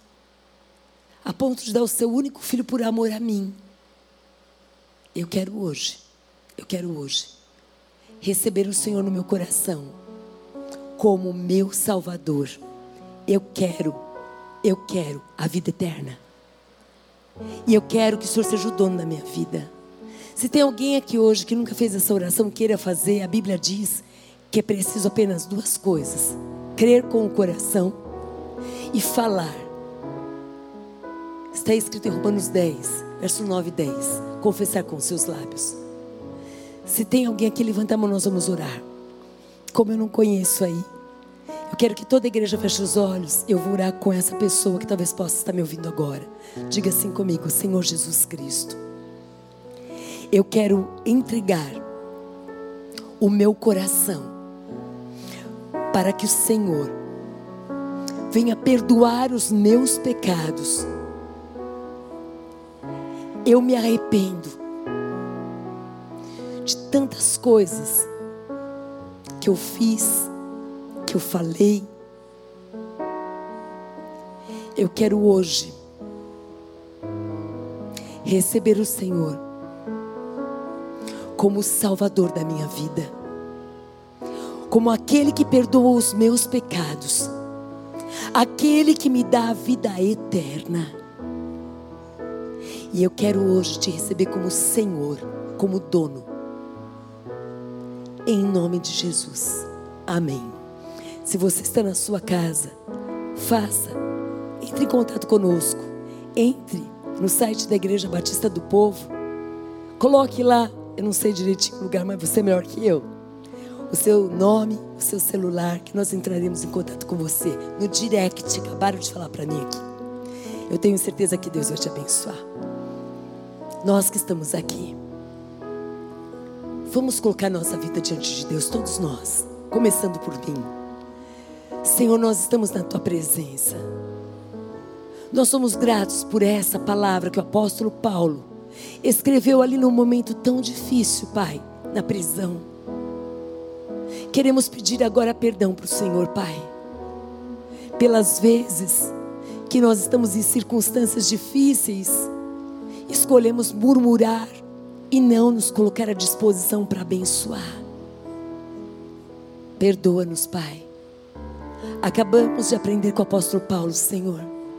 a ponto de dar o seu único filho por amor a mim. Eu quero hoje, eu quero hoje, receber o Senhor no meu coração, como meu Salvador. Eu quero, eu quero a vida eterna. E eu quero que o Senhor seja o dono da minha vida. Se tem alguém aqui hoje que nunca fez essa oração, queira fazer, a Bíblia diz que é preciso apenas duas coisas: crer com o coração e falar. Está escrito em Romanos dez, verso nove e dez. Confessar com os seus lábios. Se tem alguém aqui, levanta a mão, nós vamos orar. Como eu não conheço aí, eu quero que toda a igreja feche os olhos. Eu vou orar com essa pessoa que talvez possa estar me ouvindo agora. Diga assim comigo: Senhor Jesus Cristo, eu quero entregar o meu coração para que o Senhor venha perdoar os meus pecados. Eu me arrependo de tantas coisas que eu fiz, que eu falei. Eu quero hoje receber o Senhor como o Salvador da minha vida, como aquele que perdoa os meus pecados, aquele que me dá a vida eterna. E eu quero hoje te receber como Senhor, como dono, em nome de Jesus. Amém. Se você está na sua casa, faça, entre em contato conosco. Entre no site da Igreja Batista do Povo. Coloque lá, eu não sei direitinho o lugar, mas você é melhor que eu, o seu nome, o seu celular, que nós entraremos em contato com você no direct. Acabaram de falar para mim aqui. Eu tenho certeza que Deus vai te abençoar. Nós que estamos aqui, vamos colocar nossa vida diante de Deus, todos nós, começando por mim. Senhor, nós estamos na Tua presença. Nós somos gratos por essa palavra que o apóstolo Paulo escreveu ali num momento tão difícil, Pai, na prisão. Queremos pedir agora perdão para o Senhor, Pai, pelas vezes que nós estamos em circunstâncias difíceis, escolhemos murmurar e não nos colocar à disposição para abençoar. Perdoa-nos, Pai. Acabamos de aprender com o apóstolo Paulo, Senhor,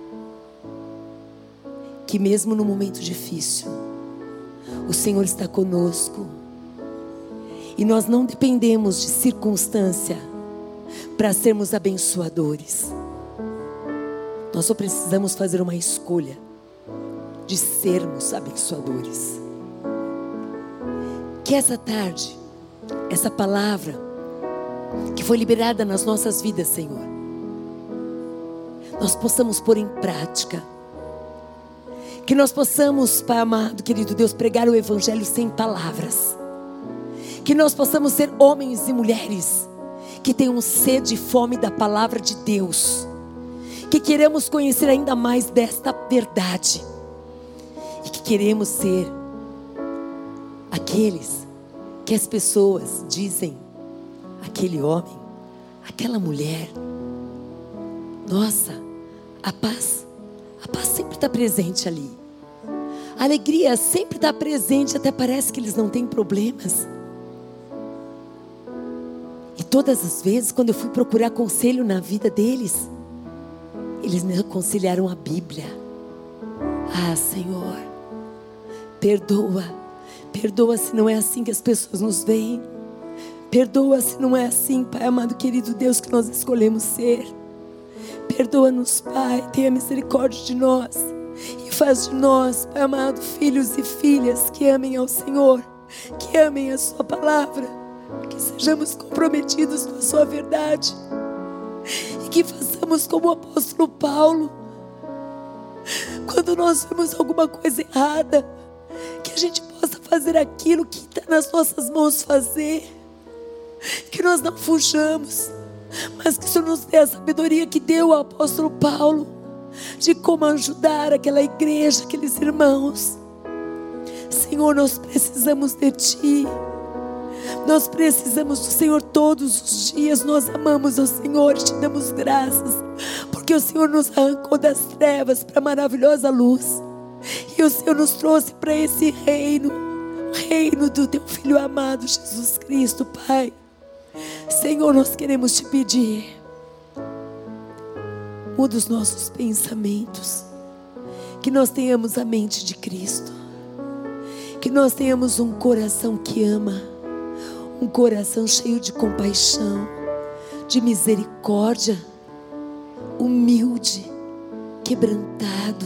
que mesmo no momento difícil, o Senhor está conosco. E nós não dependemos de circunstância para sermos abençoadores. Nós só precisamos fazer uma escolha de sermos abençoadores. Que essa tarde, essa palavra que foi liberada nas nossas vidas, Senhor, nós possamos pôr em prática. Que nós possamos, Pai amado, querido Deus, pregar o Evangelho sem palavras. Que nós possamos ser homens e mulheres que tenham sede e fome da palavra de Deus. Que queremos conhecer ainda mais desta verdade. E que queremos ser aqueles que as pessoas dizem: aquele homem, aquela mulher, nossa, a paz, a paz sempre está presente ali. A alegria sempre está presente, até parece que eles não têm problemas. E todas as vezes, quando eu fui procurar conselho na vida deles, eles me aconselharam a Bíblia. Ah, Senhor, perdoa, perdoa se não é assim que as pessoas nos veem. Perdoa se não é assim, Pai amado, querido Deus, que nós escolhemos ser. Perdoa-nos, Pai, tenha misericórdia de nós. E faz de nós, Pai amado, filhos e filhas que amem ao Senhor, que amem a Sua palavra, que sejamos comprometidos com a Sua verdade. E que façamos como o apóstolo Paulo. Quando nós vemos alguma coisa errada, que a gente possa fazer aquilo que está nas nossas mãos fazer. Que nós não fujamos, mas que o Senhor nos dê a sabedoria que deu ao apóstolo Paulo, de como ajudar aquela igreja, aqueles irmãos. Senhor, nós precisamos de Ti. Nós precisamos do Senhor todos os dias. Nós amamos o Senhor e Te damos graças, porque o Senhor nos arrancou das trevas para a maravilhosa luz. E o Senhor nos trouxe para esse reino, o reino do Teu Filho amado, Jesus Cristo, Pai. Senhor, nós queremos Te pedir, muda os nossos pensamentos, que nós tenhamos a mente de Cristo, que nós tenhamos um coração que ama, um coração cheio de compaixão, de misericórdia, humilde, quebrantado,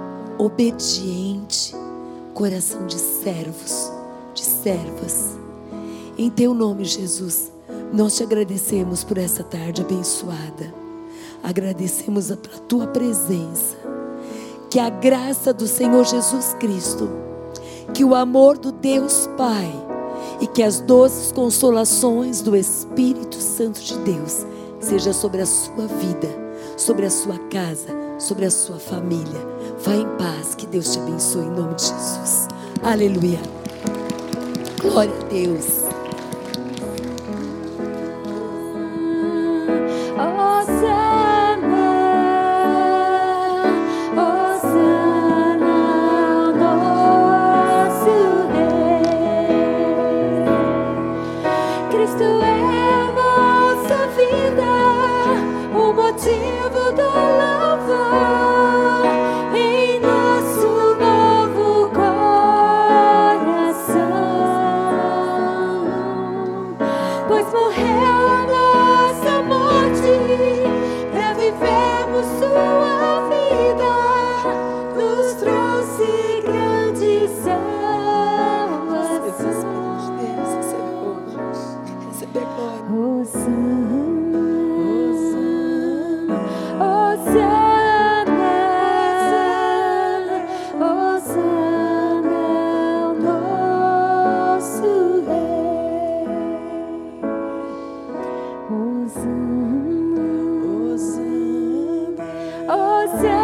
obediente, coração de servos, de servas. Em Teu nome, Jesus, nós Te agradecemos por essa tarde abençoada. Agradecemos a Tua presença. Que a graça do Senhor Jesus Cristo, que o amor do Deus Pai e que as doces consolações do Espírito Santo de Deus seja sobre a sua vida, sobre a sua casa, sobre a sua família. Vá em paz, que Deus te abençoe em nome de Jesus. Aleluia. Glória a Deus. Hosanna,